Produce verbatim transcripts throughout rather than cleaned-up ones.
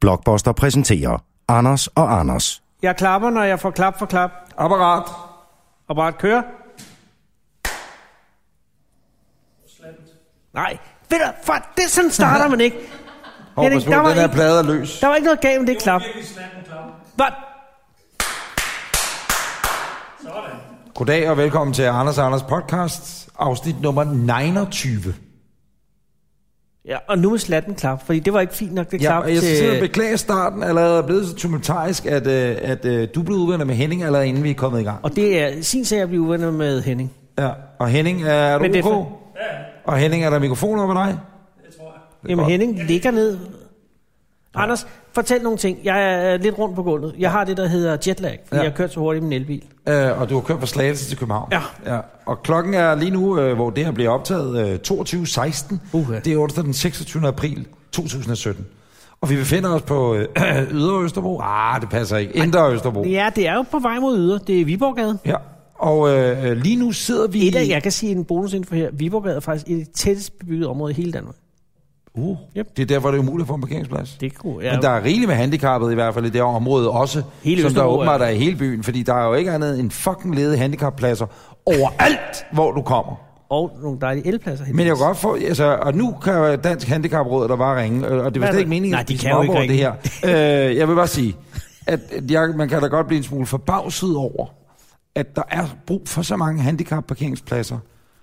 Blockbuster præsenterer Anders og Anders. Jeg klapper, når jeg får klap for klap. Apparat. Apparat kører. Nej, ved du, for det sådan starter man ikke. Hov, Henning, der var den her ikke, plade er løs. Der var ikke noget galt med det klap. Hvad? Sådan. Goddag og velkommen til Anders og Anders podcast, afsnit nummer niogtyve. Ja, og nu med slatten klap, fordi det var ikke fint nok, det klap. Ja, jeg skal til... simpelthen beklage starten, allerede er blevet så tumultarisk, at, at, at du blev uvenner med Henning, allerede inden vi er kommet i gang. Og det er sin sag at blive uvenner med Henning. Ja, og Henning, er du ok? For... Ja. Og Henning, er der mikrofon over dig? Det tror jeg. Jamen Henning ligger ned. Ja. Anders, fortæl nogle ting. Jeg er lidt rundt på gulvet. Jeg har det, der hedder jetlag, fordi ja. jeg har kørt så hurtigt i min elbil. Øh, og du har kørt fra Slagelse til København. Ja. ja. Og klokken er lige nu, øh, hvor det her bliver optaget, øh, toogtyve seksten. Uh-huh. Det er onsdag den seksogtyvende april to tusind og sytten. Og vi befinder os på øh, Ydre Østerbro. Ah, det passer ikke. Indre Østerbro. Ja, det er jo på vej mod Ydre. Det er Viborggade. Ja. Og øh, lige nu sidder vi... Et af, jeg kan sige en bonusinfo her. Viborggade er faktisk et tættest bebygget område i hele Danmark. Uh, yep. Det er derfor, det er umuligt at få en parkeringsplads. Det kunne, ja. Men der er rigeligt med handicappede i hvert fald i det her område også, hele som Østerbro, der åbenbart er i hele byen, fordi der er jo ikke andet end fucking ledige handicappladser overalt, hvor du kommer. Og nogle dejlige elpladser. Men jeg kan godt få, altså, og nu kan jo Dansk Handicapråd der bare ringe, og det var slet ikke meningen, at de kan jo ikke ringe. Det her. øh, jeg vil bare sige, at jeg, man kan da godt blive en smule forbavset over, at der er brug for så mange handicapparkeringspladser,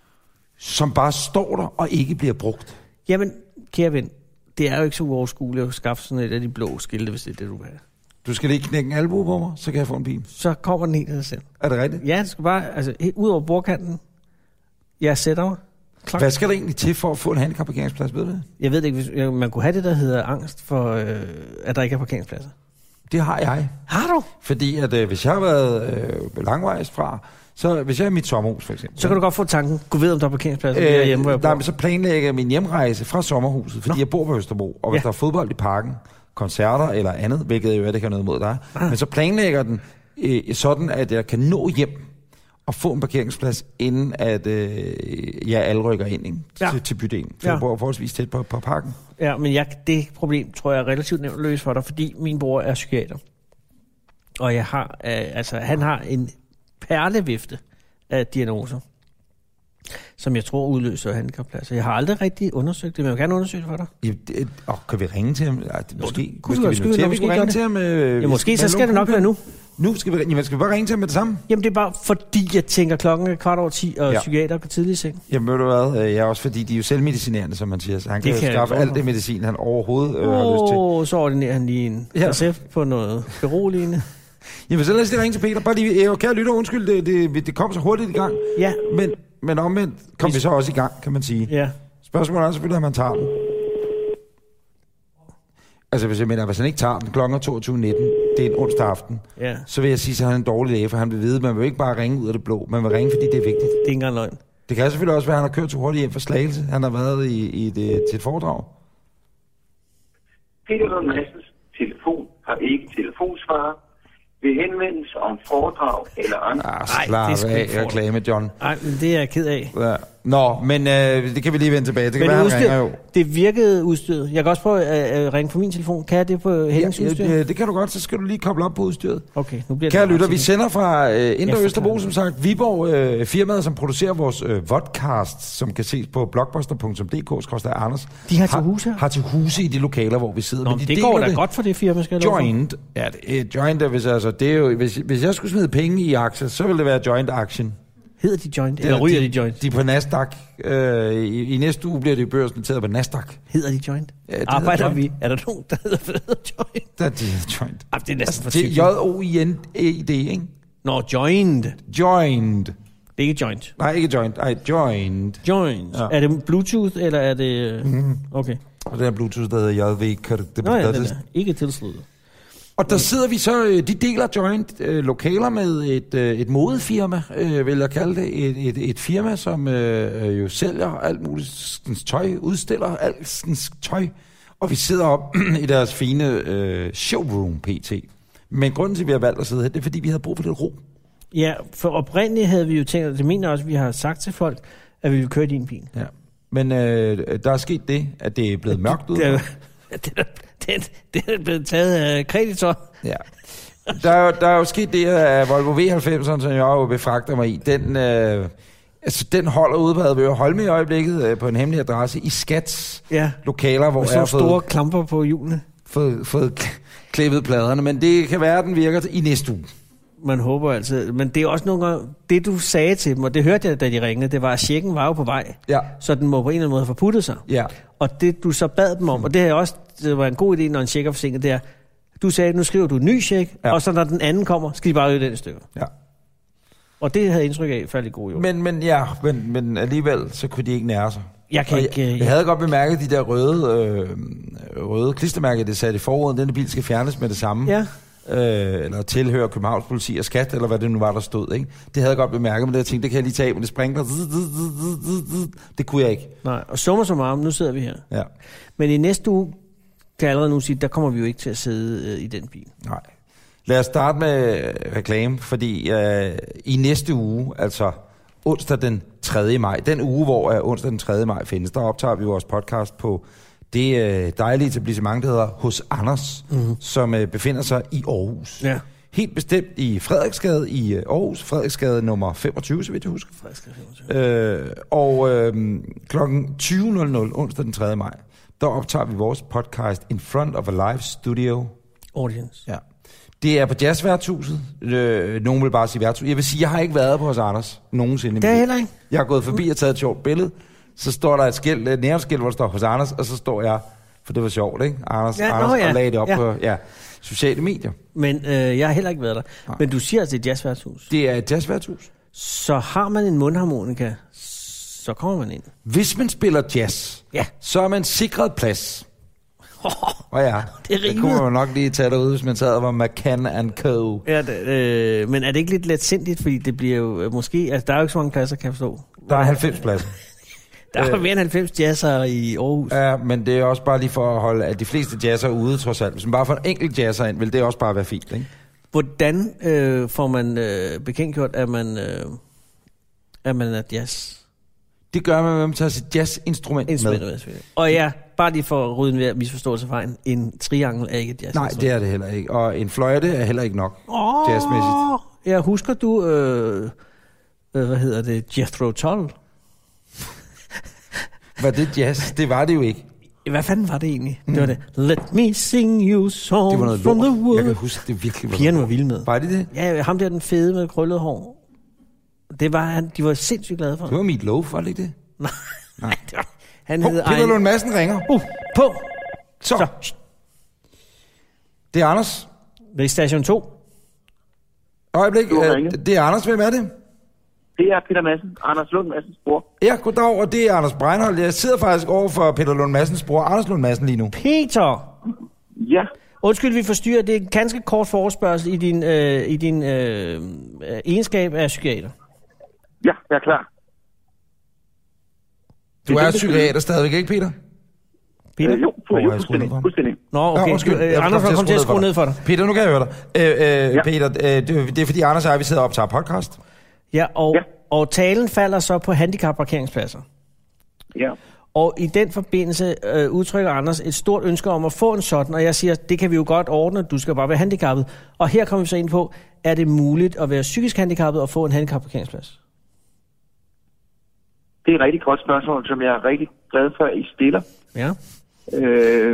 som bare står der og ikke bliver brugt. Jamen, kære ven, det er jo ikke så uoverskueligt at skaffe sådan et af de blå skilte, hvis det er det, du vil have. Du skal lige knække en albue på mig, så kan jeg få en bil. Så kommer den helt af sig selv. Er det rigtigt? Ja, det skal bare, altså, ud over bordkanten. Jeg sætter mig. Klok. Hvad skal der egentlig til for at få en handicapparkeringsplads, ved du det? Jeg ved det ikke, hvis, man kunne have det, der hedder angst for, øh, at der ikke er parkeringspladser. Det har jeg. Har du? Fordi at øh, hvis jeg har været øh, langvejs fra, så hvis jeg er i mit sommerhus for eksempel. Så kan du godt få tanken, gå ved om der er parkeringspladser øh, hjemme, hvor jeg bor. Nej, men så planlægger jeg min hjemrejse fra sommerhuset, fordi Nå. jeg bor på Østerbro, og hvis ja. der er fodbold i parken, koncerter eller andet, hvilket jo er, det kan noget mod dig, ah. men så planlægger den øh, sådan, at jeg kan nå hjem og få en parkeringsplads, inden at øh, jeg alle rykker ind ja. til, til bydelen. For ja. jeg bor forholdsvis tæt på, på parken. Ja, men jeg, det problem tror jeg er relativt nemt løs for dig, fordi min bror er psykiater. Og jeg har, øh, altså, han har en perlevifte af diagnoser, som jeg tror udløser handicappladser. Jeg har aldrig rigtig undersøgt det, men jeg vil gerne undersøge det for dig. Ja, det, åh, kan vi ringe til ham? Ej, det, måske kunne vi, skal vi, vi, vi, vi skal ringe til ham. Øh, ja, måske så skal det nok være nu. Nu skal vi, jamen, skal vi bare ringe til ham med det samme? Jamen, det er bare fordi, jeg tænker klokken er kvart over ti, og ja. psykiater går tidlig i seng. Jamen, ved du hvad? Jeg er også fordi, de er jo selvmedicinerende, som man siger. Så han kan, kan jo skaffe alt det medicin, han overhovedet øh, oh, har lyst til. Åh, så ordinerer han lige en ja. recept på noget beroligende. Jamen, så lad os lige ringe til Peter. Bare lige, jeg kære lytter, undskyld, det, det, det kom så hurtigt i gang. Ja. Men, men omvendt kom vi, vi så også i gang, kan man sige. Ja. Spørgsmålet er selvfølgelig, at man tager den. Altså, hvis jeg mener, hvis han ikke tager den klokken toogtyve nitten, det er en onsdag aften, ja. så vil jeg sige, at han er en dårlig læge, for han vil vide, at man vil ikke bare ringe ud af det blå. Man vil ringe, fordi det er vigtigt. Det er ikke engang løgn. Det kan selvfølgelig også være, at han har kørt så hurtigt hjem fra Slagelse. Han har været i, i et, til et foredrag. Peter Lund Madsens telefon har ikke telefonsvarer. Ved henvendelse om foredrag eller andet. Ah, slap af, reklame, John. Nej, men det er jeg ked af. Ja. Nå, men øh, det kan vi lige vende tilbage. Det kan men være, udstyr, han ringer jo. Det virkede udstyret. Jeg kan også prøve at uh, ringe på min telefon. Kan jeg det på Hennings ja, udstyr? Ja, det kan du godt, så skal du lige koble op på udstyret. Okay, nu bliver Kære lytter, vi sender fra øh, Indre Østerbro, som sagt. Viborg, øh, firmaet, som producerer vores øh, vodcast, som kan ses på blockbuster punktum d k skråstreg Anders. De har til huse her? Har til huse i de lokaler, hvor vi sidder. Nå, men de det går da det. godt for det firma, skal jeg Joint. Ja, det er joint, hvis, altså, det er jo, hvis, hvis jeg skulle smide penge i aktier, så ville det være joint action. Hedder de joint? Eller ryger de, de joint? De er på Nasdaq. Øh, i, I næste uge bliver de børsnoteret på Nasdaq. Hedder de joint? Ja, arbejder joint. Vi? Er der nogen, der hedder, der hedder joint? Der er de joint. Ah, det er næsten altså, det er J O I N E D, ikke? Nå, joint. Joint. Det er ikke joint. Nej, ikke joint. Nej, joint. Joint. Ja. Er det Bluetooth, eller er det... Mm. Okay. Og det er Bluetooth, der hedder J V. Nå ja, det er ikke tilsluttet. Og der sidder vi så, de deler joint øh, lokaler med et, øh, et modefirma, øh, vil jeg kalde det. Et, et, et firma, som øh, jo sælger alt muligt tøj, udstiller alt tøj. Og vi sidder op i deres fine øh, showroom P T. Men grunden til, at vi har valgt at sidde her, det er, fordi vi havde brug for lidt ro. Ja, for oprindeligt havde vi jo tænkt, og det mener også, at vi har sagt til folk, at vi vil køre i din bil. Ja. Men øh, der er sket det, at det er blevet mørkt ud. den, er, den, den er blevet taget af kreditor. Ja. Der er, jo, der er jo sket det, at Volvo V halvfems, som jeg jo befragter mig i, den, øh, altså, den holder ude på Advøre Holme i øjeblikket øh, på en hemmelig adresse i Skats ja. lokaler, hvor jeg jeg har store fået, klamper på hjulene. fået, fået klippet pladerne. Men det kan være, at den virker i næste uge. Man håber altid. Men det er også nogle gange, det du sagde til dem, og det hørte jeg, da de ringede, det var, at checken var jo på vej. Ja. Så den må på en eller anden måde have forputtet sig. Ja. Og det du så bad dem om, og det, er også, det var en god idé, når en check er forsinket, det er, du sagde, nu skriver du en ny check, ja. Og så når den anden kommer, skal de bare øge den stykke. Ja. Og det havde jeg indtryk af, faldt i god jord. Men, men ja, men, men alligevel, så kunne de ikke nære sig. Jeg kan og ikke... Jeg, jeg, jeg havde godt bemærket de der røde, øh, røde klistermærker, det satte i forruden. Denne bil skal fjernes med det samme. Ja. Øh, eller tilhører Københavns Politi og Skat, eller hvad det nu var, der stod. Ikke? Det havde jeg godt bemærket, men det, jeg tænkte, det kan jeg lige tage, men det sprinkler. Det kunne jeg ikke. Nej, og summa summarum, nu sidder vi her. Ja. Men i næste uge, kan jeg allerede nu sige, der kommer vi jo ikke til at sidde øh, i den bil. Nej. Lad os starte med reklame, fordi øh, i næste uge, altså onsdag den tredje maj, den uge, hvor øh, onsdag den tredje maj findes, der optager vi vores podcast på det øh, dejlige etablissement, der hedder Hos Anders, mm-hmm. som øh, befinder sig i Aarhus. Ja. Helt bestemt i Frederiksgade i øh, Aarhus, Frederiksgade nummer femogtyve, så vidt jeg husker. Frederiksgade femogtyve. Øh, og øh, klokken tyve nul nul onsdag den tredje maj, der optager vi vores podcast in front of a live studio. Audience. Ja. Det er på Jazzværtshuset. Øh, nogen vil bare sige værtshus. Jeg vil sige, jeg har ikke været på hos Anders nogensinde. Det er heller ikke. Jeg har gået forbi og taget et sjovt billede. Så står der et skilt, et nævnskilt, hvor der står hos Anders, og så står jeg, for det var sjovt, ikke? Anders, ja, Anders nå, ja. og lagde det op ja. på ja, sociale medier. Men øh, jeg har heller ikke været der. Nej. Men du siger altså, det er et jazzværtshus. Det er et jazzværtshus. Så har man en mundharmonika, så kommer man ind. Hvis man spiller jazz, ja. så er man sikret plads. Oh, og ja, det, det kunne man nok lige tage derud, hvis man sad og var McCann and Co. Ja, det, øh, men er det ikke lidt letsindigt, fordi det bliver jo øh, måske... Altså, der er jo ikke så mange pladser, kan jeg forstå. Der er halvfems pladser. Der er øh, mere end halvfems jazzer i Aarhus. Ja, men det er også bare lige for at holde, at de fleste jazzer er ude, trods alt. Hvis man bare får en enkelt jazzer ind, vil det også bare være fint, ikke? Hvordan øh, får man øh, bekendtgjort, at man, øh, at man er jazz? Det gør man, at man tager sit jazzinstrument Instrument med. med. Og ja, bare lige for at rydde en misforståelse fra en, en triangel er ikke et jazz. Nej, det er det heller ikke. Og en fløjte er heller ikke nok oh, jazzmæssigt. Ja, husker du, øh, øh, hvad hedder det, Jethro Tull? Var det jazz? Det var det jo ikke. Hvad fanden var det egentlig? Mm. Det var det. Let me sing you songs from the wood. Jeg kan huske, det virkelig var Pigerne var vilde med. Var det det? Ja, ham der den fede med krøllet hår. Det var han. De var sindssygt glade for. Det var Meat Loaf, var det ikke det? Nej. Nej. Det var, han oh, hed Peter Lund Madsen ringer. Uh, på. Så. Så. Det er Anders. Det er station to. Øjeblik. Øh, det er Anders. Hvem er det? Det er Peter Madsen, Anders Lund Madsens bror. Ja, goddag, og det er Anders Breinholt. Jeg sidder faktisk over for Peter Lund Madsens bror, Anders Lund Madsen, lige nu. Peter! Ja. Undskyld, vi forstyrrer. Det er en ganske kort forespørgsel i din, øh, i din øh, egenskab af psykiater. Ja, jeg er klar. Du er psykiater stadigvæk, ikke, Peter? Peter? Øh, jo, for, oh, jo fuldstændig. fuldstændig. Nå, okay. Nå, undskyld. Øh, Anders var kommet til at skrue ned for dig. Peter, nu kan jeg høre dig. Øh, øh, ja. Peter, øh, det, det er fordi Anders og jeg, vi sidder og optager podcast. Ja, og, ja. og talen falder så på handicapparkeringspladser. Ja. Og i den forbindelse øh, udtrykker Anders et stort ønske om at få en sådan, og jeg siger, det kan vi jo godt ordne, du skal bare være handicappet. Og her kommer vi så ind på, er det muligt at være psykisk handicappet og få en handicapparkeringsplads? Det er et rigtig godt spørgsmål, som jeg er rigtig glad for, at I stiller. Ja. Øh,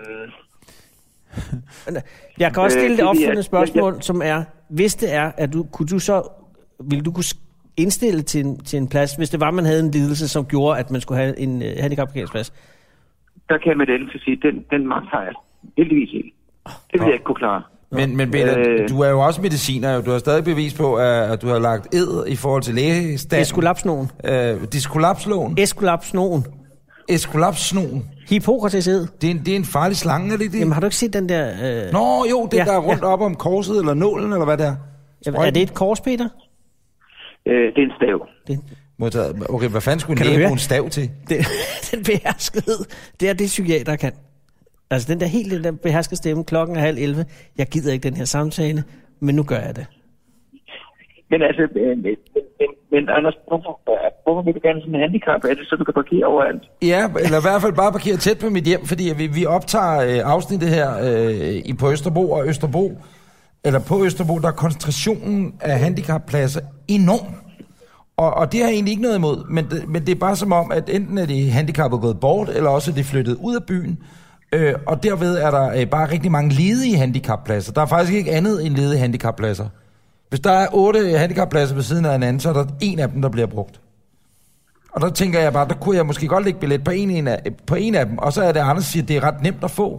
jeg kan også stille øh, det opfølgende jeg, spørgsmål, jeg, jeg, som er, hvis det er, at du, kunne du så, ville du kunne indstille til en, til en plads, hvis det var, man havde en lidelse, som gjorde, at man skulle have en uh, handicapparkeringsplads? Der kan jeg med den til sige, den, den magt har jeg heldigvis ikke. Det vil jeg ikke kunne klare. Men, men Peter, øh, du er jo også mediciner, du har stadig bevis på, at du har lagt ed i forhold til lægestand. Eskulapsnogen. Øh, Diskolapsloven. Eskulapsnogen. Eskulapsnogen. Hippokrates ed. Det er, en, det er en farlig slange, er det det? Jamen har du ikke set den der... Øh... Nå jo, det ja, der er rundt ja. op om korset, eller nålen, eller hvad det er. Jamen, er det et kors, Peter? Øh, det er en stav. Det... Okay, hvad fanden skulle en læge bruge en stav til? Det, den beherskede, det er det psykiater kan. Altså den der helt den der beherskede stemme, klokken er halv elleve. Jeg gider ikke den her samtale, men nu gør jeg det. Men altså, øh, men, men, men Anders, hvorfor, hvorfor vil du gerne sådan en handicap? Er det så, du kan parkere overalt? Ja, eller i hvert fald bare parkere tæt på mit hjem, fordi vi, vi optager øh, afsnittet her øh, i på Østerbro og Østerbro, eller på Østerbro, der er koncentrationen af handicappladser enorm. Og, og det har jeg egentlig ikke noget imod, men det, men det er bare som om, at enten er de handicappede gået bort, eller også er de flyttet ud af byen, øh, og derved er der øh, bare rigtig mange ledige handicappladser. Der er faktisk ikke andet end ledige handicappladser. Hvis der er otte handicappladser ved siden af en anden, så er der en af dem, der bliver brugt. Og der tænker jeg bare, der kunne jeg måske godt lægge billet på en, en, af, på en af dem, og så er det Anders siger, at det er ret nemt at få.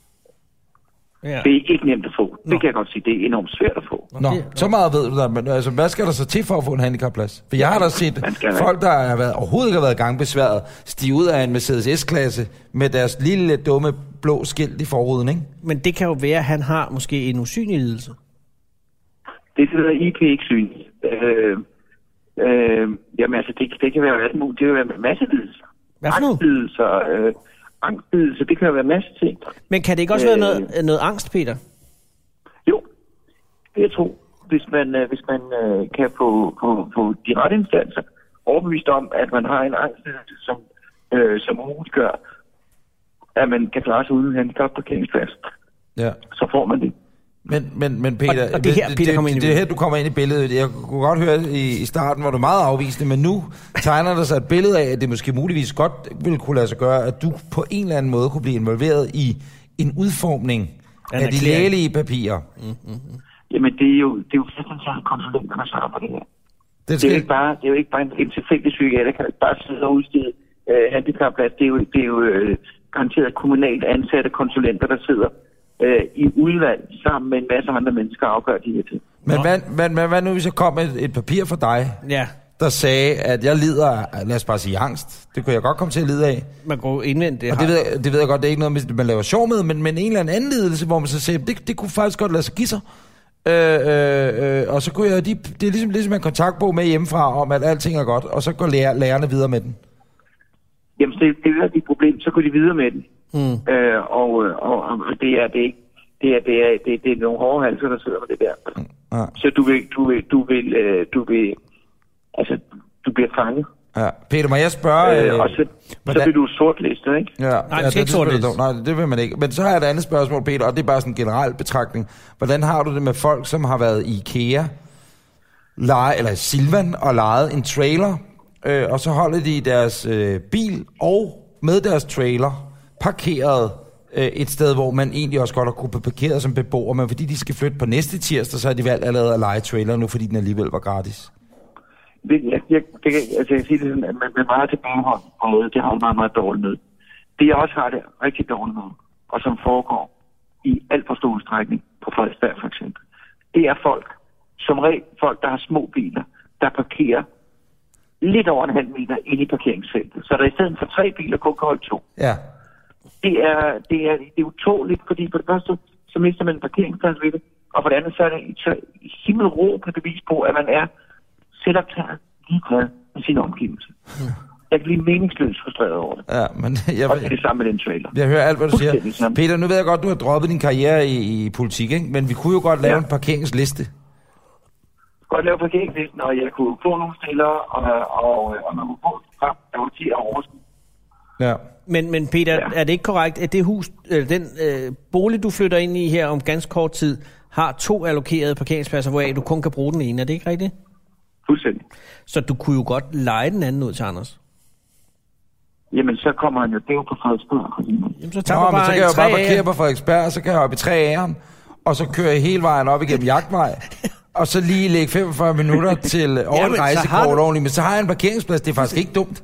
Ja. Det er ikke nemt at få. Det Nå. kan jeg godt sige. Det er enormt svært at få. Nå, så meget ved du der, men altså, hvad skal der så til for at få en handicapplads? For jeg har da set folk, der har været, overhovedet ikke har været gangbesværet, stige ud af en Mercedes S-klasse med deres lille dumme blå skilt i forruden, ikke? Men det kan jo være, at han har måske en usynlig lidelse. Det hedder I P ikke synligt. Øh, øh, jamen altså, det, det kan være alt muligt. Det kan være masse lidelser. Hvad for noget? Angstlidelser, øh, angstlidelser, det kan være masse ting. Men kan det ikke også øh, være noget, noget angst, Peter? Jo, det jeg tror. Hvis man, øh, hvis man øh, kan få, få, få de rette instanser overbevist om, at man har en angstlidelse, som, øh, som muliggør, at man kan klare sig uden en handicapparkeringsplads, Ja. så får man det. Men, men, men Peter, Og- og det her, Peter det, kommer ind i det, det er her, du kommer ind i billedet. Jeg kunne godt høre i, i starten, hvor du meget afvisende, men nu tegner der sig et billede af, at det måske muligvis godt ville kunne lade sig gøre, at du på en eller anden måde kunne blive involveret i en udformning En af de erklæring. lægelige papirer. Mm-hmm. Jamen, det er jo, det er jo fuldstændig konsulenter, der svarer på det her. Det Det er jo ikke bare, det er jo ikke bare en, en tilfældig psykiater, der kan ikke bare sidde og udstede øh, handicapplads. Det er jo, det er jo øh, garanteret kommunalt ansatte konsulenter, der sidder øh, i udvalg sammen med en masse andre mennesker og afgør de her ting. Men hvad, hvad, hvad, hvad nu, hvis jeg kom med et, et papir for dig, Ja, der sagde, at jeg lider af, lad os bare sige, angst. Det kunne jeg godt komme til at lide af. man går indvendt det. Og det ved, jeg, det ved jeg godt, det er ikke noget, man laver sjov med, men, men en eller anden lidelse, hvor man så siger, det, det kunne faktisk godt lade sig give sig. Øh, øh, øh, og så kunne jeg, de, det er ligesom, ligesom en kontaktbog med hjemmefra, om at alting er godt, og så går lærer, lærerne videre med den. Jamen, det, det er et problem, så går de videre med den. Mm. Øh, og, og, og det er det ikke. Det er, det, er, det, det er nogle hårde halser, der sidder med det der. Ja. Så du vil, du vil, du vil, øh, du vil, altså, du bliver fanget. Ja. Peter, må jeg spørge... Øh, og så, så hvordan- bliver du sortlistet, ikke? Ja, Nej, ja, det skal ikke selvfølgelig sortlistes. dog. Nej, det vil man ikke. Men så har jeg et andet spørgsmål, Peter, og det er bare sådan en generel betragtning. Hvordan har du det med folk, som har været i IKEA, lege, eller Silvan, og lejet en trailer, øh, og så holder de deres øh, bil og med deres trailer parkeret øh, et sted, hvor man egentlig også godt har kunne parkeret som beboer, men fordi de skal flytte på næste tirsdag, så har de valgt allerede at lege trailer nu, fordi den alligevel var gratis. Det, jeg, jeg, det, altså jeg kan sige det sådan, at man bliver meget tilbageholdt, og det har jeg meget, meget dårligt med. Det jeg også har det rigtig dårligt med, og som foregår i alt for stor udstrækning på Frederiksberg for eksempel, det er folk, som regel folk, der har små biler, der parkerer lidt over en halv meter inde i parkeringsfeltet. Så der i stedet for tre biler kun kan holde to. Ja. Det er, det er, det er utåligt, fordi for det første, så mister man en parkeringsplads ved det, og for det andet, så er det et himmelråbende bevis på, at man er selvoptaget ligeglad med sine omgivelser. Hmm. Jeg kan blive meningsløst frustreret over det. Ja, men jeg, Og det er det samme med den trailer. jeg hører alt, hvad du siger. Fuldstændig sammen. Peter, nu ved jeg godt, du har droppet din karriere i, i politik, ikke? Men vi kunne jo godt lave Ja. en parkeringsliste. Godt lave parkeringslisten, og jeg kunne få nogle stiller, og, og, og man kunne få frem, der var til at overskud. Ja. Men, men Peter, Ja. er det ikke korrekt, at det hus, eller den øh, bolig, du flytter ind i her om ganske kort tid, har to allokerede parkeringspladser, hvoraf du kun kan bruge den ene? Er det ikke rigtigt? Fuldstændig. Så du kunne jo godt lege den anden ud til Anders. Jamen, så kommer han jo, det er jo på Frederiksberg. Jamen, så tager Nå, du men bare så kan en jeg jo bare træ af. parkere på Frederiksberg, og så kan jeg op i tre æren, og så kører jeg hele vejen op igennem Jagtvej, og så lige lægge femogfyrre minutter til over Jamen, et så rejsekort har du- ordentligt. Men så har jeg en parkeringsplads, det er faktisk ikke dumt.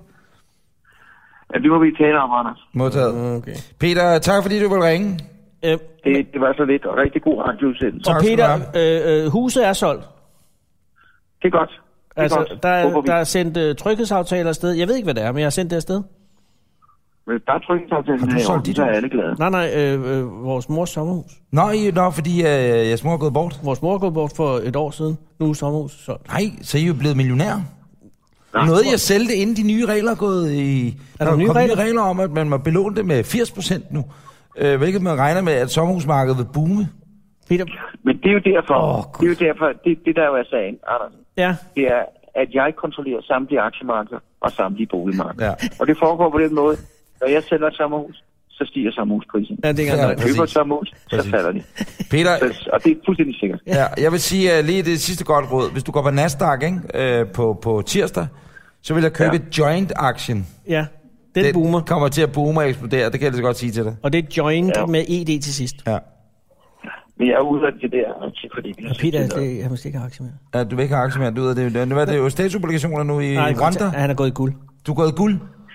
Ja, det må vi tale om, Anders. Modtaget. Okay. Peter, tak fordi du vil ringe. Øh, Det, det var så lidt, og rigtig god radioudsendelse. og Tak skal du Peter, øh, øh, huset er solgt. Det er godt. Det er Altså, godt. der, Håber er, vi. der er sendt øh, tryghedsaftaler afsted. Jeg ved ikke, hvad det er, men jeg har sendt det afsted. Hvis der er trykningsaftalen Har du her i solgt orden, dit så er hus? alle glade. Nej, nej, øh, øh, vores mors sommerhus. Nå, I, nå fordi øh, jeres mor er gået bort. Vores mor er gået bort for et år siden. Nu er sommerhuset solgt. Nej, så er I jo blevet millionær. Nåede I at sælge det, inden de nye regler er gået i... Er der nye kommet regler? nye regler om, at man må belåne det med firs procent nu. Øh, hvilket man regner med, at sommerhusmarkedet vil boome. Peter, Men det er jo derfor, Åh, oh, det er jo derfor, det, det der jo er sagen, Anders. Ja. Det er, at jeg kontrollerer samtlige aktiemarkeder og samtlige boligmarkeder. Ja. Og det foregår på den måde, når jeg sælger et sommerhus, så stiger sommerhusprisen. Ja, det er Ja, Når jeg køber et sommerhus, så Præcis. falder de. Peter, Så, og det er fuldstændig sikkert. ja, jeg vil sige uh, lige det sidste godt råd. Hvis du går på Nasdaq, ikke, uh, på, på tirsdag, så vil jeg købe Ja. ja. Joint-aktien. Ja, den, den boomer. kommer til at boome og eksplodere, det kan jeg lige så godt sige til dig. Og det er joint Ja. med E D til sidst. Ja. Men jeg er ude af det der aktie, fordi... Og Peter, det er måske ikke aktie mere. Ja, du vil ikke have aktier mere, du ved, det, det, det, det er jo statsobligationer nu i Nej, Rwanda. han er gået i guld. Du er gået i guld.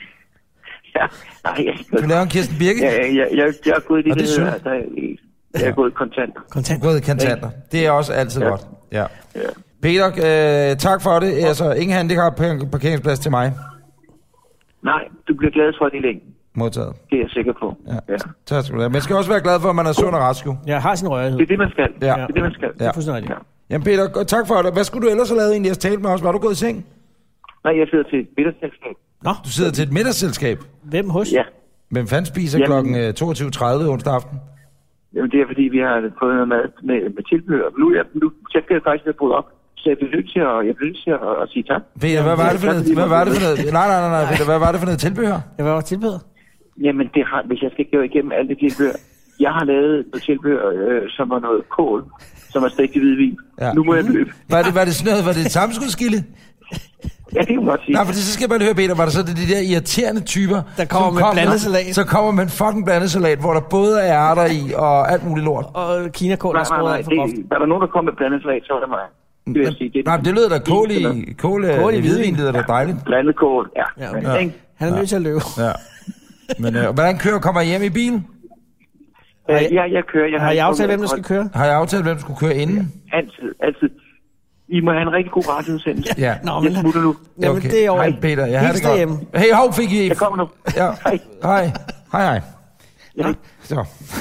Ja, nej, jeg, Du laver en Kirsten Birke. jeg, jeg, jeg, jeg, jeg er gået i det, Og det er det synd. hedder, der, er- jeg er gået i kontanter. Du Kontant. er gået i kontanter. Det er også altid Ja. godt. Ja. Ja. Peter, øh, tak for det. Altså, ingen handicap parkeringsplads til mig. Nej, du bliver glad for det i længden. Modtaget. Det er jeg sikker på. Ja. Ja. Tak skal du have. Man skal også være glad for, at man er sund og rask. jo. Jeg har sin rørighed. Det er det, man skal. Ja. Det er det, man skal. Det er fuldstændig rigtigt. Ja. Jamen Peter, tak for det. Hvad skulle du ellers have lavet egentlig? Jeg talte med os. Var du gået i seng? Nej, jeg sidder til et middagsselskab. Nå, Du sidder til et middagsselskab. hvem hos? Ja. Hvem fanden spiser Jamen- klokken øh, toogtyve tredive onsdag aften? Jamen, det er fordi, vi har fået noget mad med, med tilbehør. Nu, er jeg, nu jeg skal jeg faktisk have brudt op. Så jeg bliver nødt til at, jeg bliver nødt til at, at sige tak. Peter, hvad var det for noget? Hvad var det for noget? Nej, nej, nej, nej, Peter, hvad var det for noget tilbehør? Jeg var tilbeder. Jamen, det har, hvis jeg skal gå igennem alt det tilbehør. Jeg har lavet noget tilbehør, øh, som var noget kål, som er stegt i hvidvin. Ja. Ja. Nu må jeg løbe. Var det, var det sådan noget? Var det et sammenskudskilde? Ja, det kan man godt sige. Nej, for det, så skal jeg bare høre, Peter, var der så de, de der irriterende typer, Der kommer som med blandet salat. Så kommer man fucking blandet salat, hvor der både er ærter i og alt muligt lort. Og Kina-kål nej, er nej, skåret nej. alt for groft. Det, er der nogen, der kommer med blandet slag, så er det mig. Det vil jeg sige. Det, Nej, men det lyder da kål i, kål, Kål i i hvidvin, lyder da dejligt. Blandet kål, ja. Ja, Men, okay. ikke? Han er nødt til at løbe. Ja. Men øh, hvordan kører, kommer I hjem i bilen? Har I- Øh, ja, jeg kører. Jeg Har I ikke aftalt, fået hvem der skal køre? Har jeg aftalt, hvem skulle køre inden? Altid, altid. I må have en rigtig god radioudsendelse. Ja. Nå, men, Jeg smutter nu. jamen, det er over. Hej Peter, jeg har det Hils godt. derhjemme. Hey, hov, fik I... Jeg kommer nu. Ja. Hej. Hej. Hej, hej. Ja. Så.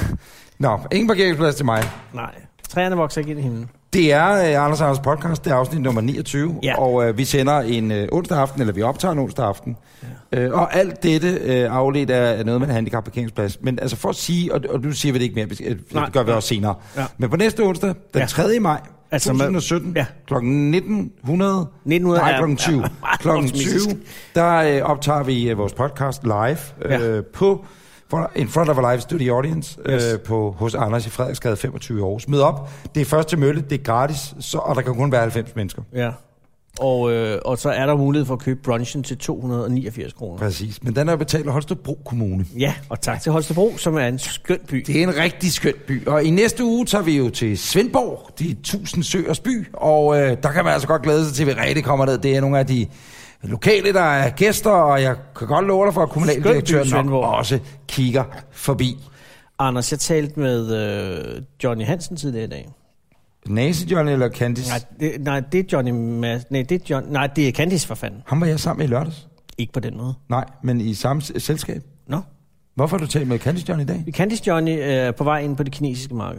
Nå, ingen parkeringsplads til mig. Nej, træerne vokser ikke ind i himlen. Det er uh, Anders Anders podcast, det er afsnit nummer niogtyve, Ja. og uh, vi sender en uh, onsdag aften, eller vi optager en onsdag aften. Ja. Uh, og alt dette uh, afledt af noget med en handicapparkeringsplads. Men altså for at sige, og, og du siger vi det ikke mere, vi- det Nej. gør vi også senere. Ja. Men på næste onsdag, den Ja. tredje maj Altså to med- tusind og sytten, ja. klokken nitten hundrede, nitten hundrede nej, er- klokken tyve, ja, meget klokken optimistisk. tyve, der uh, optager vi uh, vores podcast live Ja. uh, på for, in front of a live studio audience Yes. øh, på, hos Anders i Frederiksgade femogtyve år. Mød op. Det er første mølle, det er gratis, så, og der kan kun være halvfems mennesker. Ja. Og, øh, og så er der mulighed for at købe brunchen til to hundrede og niogfirs kroner. Præcis. Men den er jo betalt af Holstebro Kommune. Ja, og tak til Holstebro, som er en skøn by. Det er en rigtig skøn by. Og i næste uge tager vi jo til Svendborg, de tusind søers by. Og øh, der kan man altså godt glæde sig til, at vi rigtig kommer ned. Det er nogle af de lokale, der er gæster, og jeg kan godt love dig for, at kommunaldirektøren nok Svendborg. også kigger forbi. Anders, jeg talte med øh, Johnny Hansen tidligere i dag. Nazi Johnny eller Candice? Nej, det, nej, det er Johnny Mas- nej, det er John, nej, det er Candice for fanden. Ham var jeg sammen med i lørdags. Ikke på den måde. Nej, men i samme s- selskab. Nå. Hvorfor har du talt med Candice Johnny i dag? Candice Johnny er på vej ind på det kinesiske marked.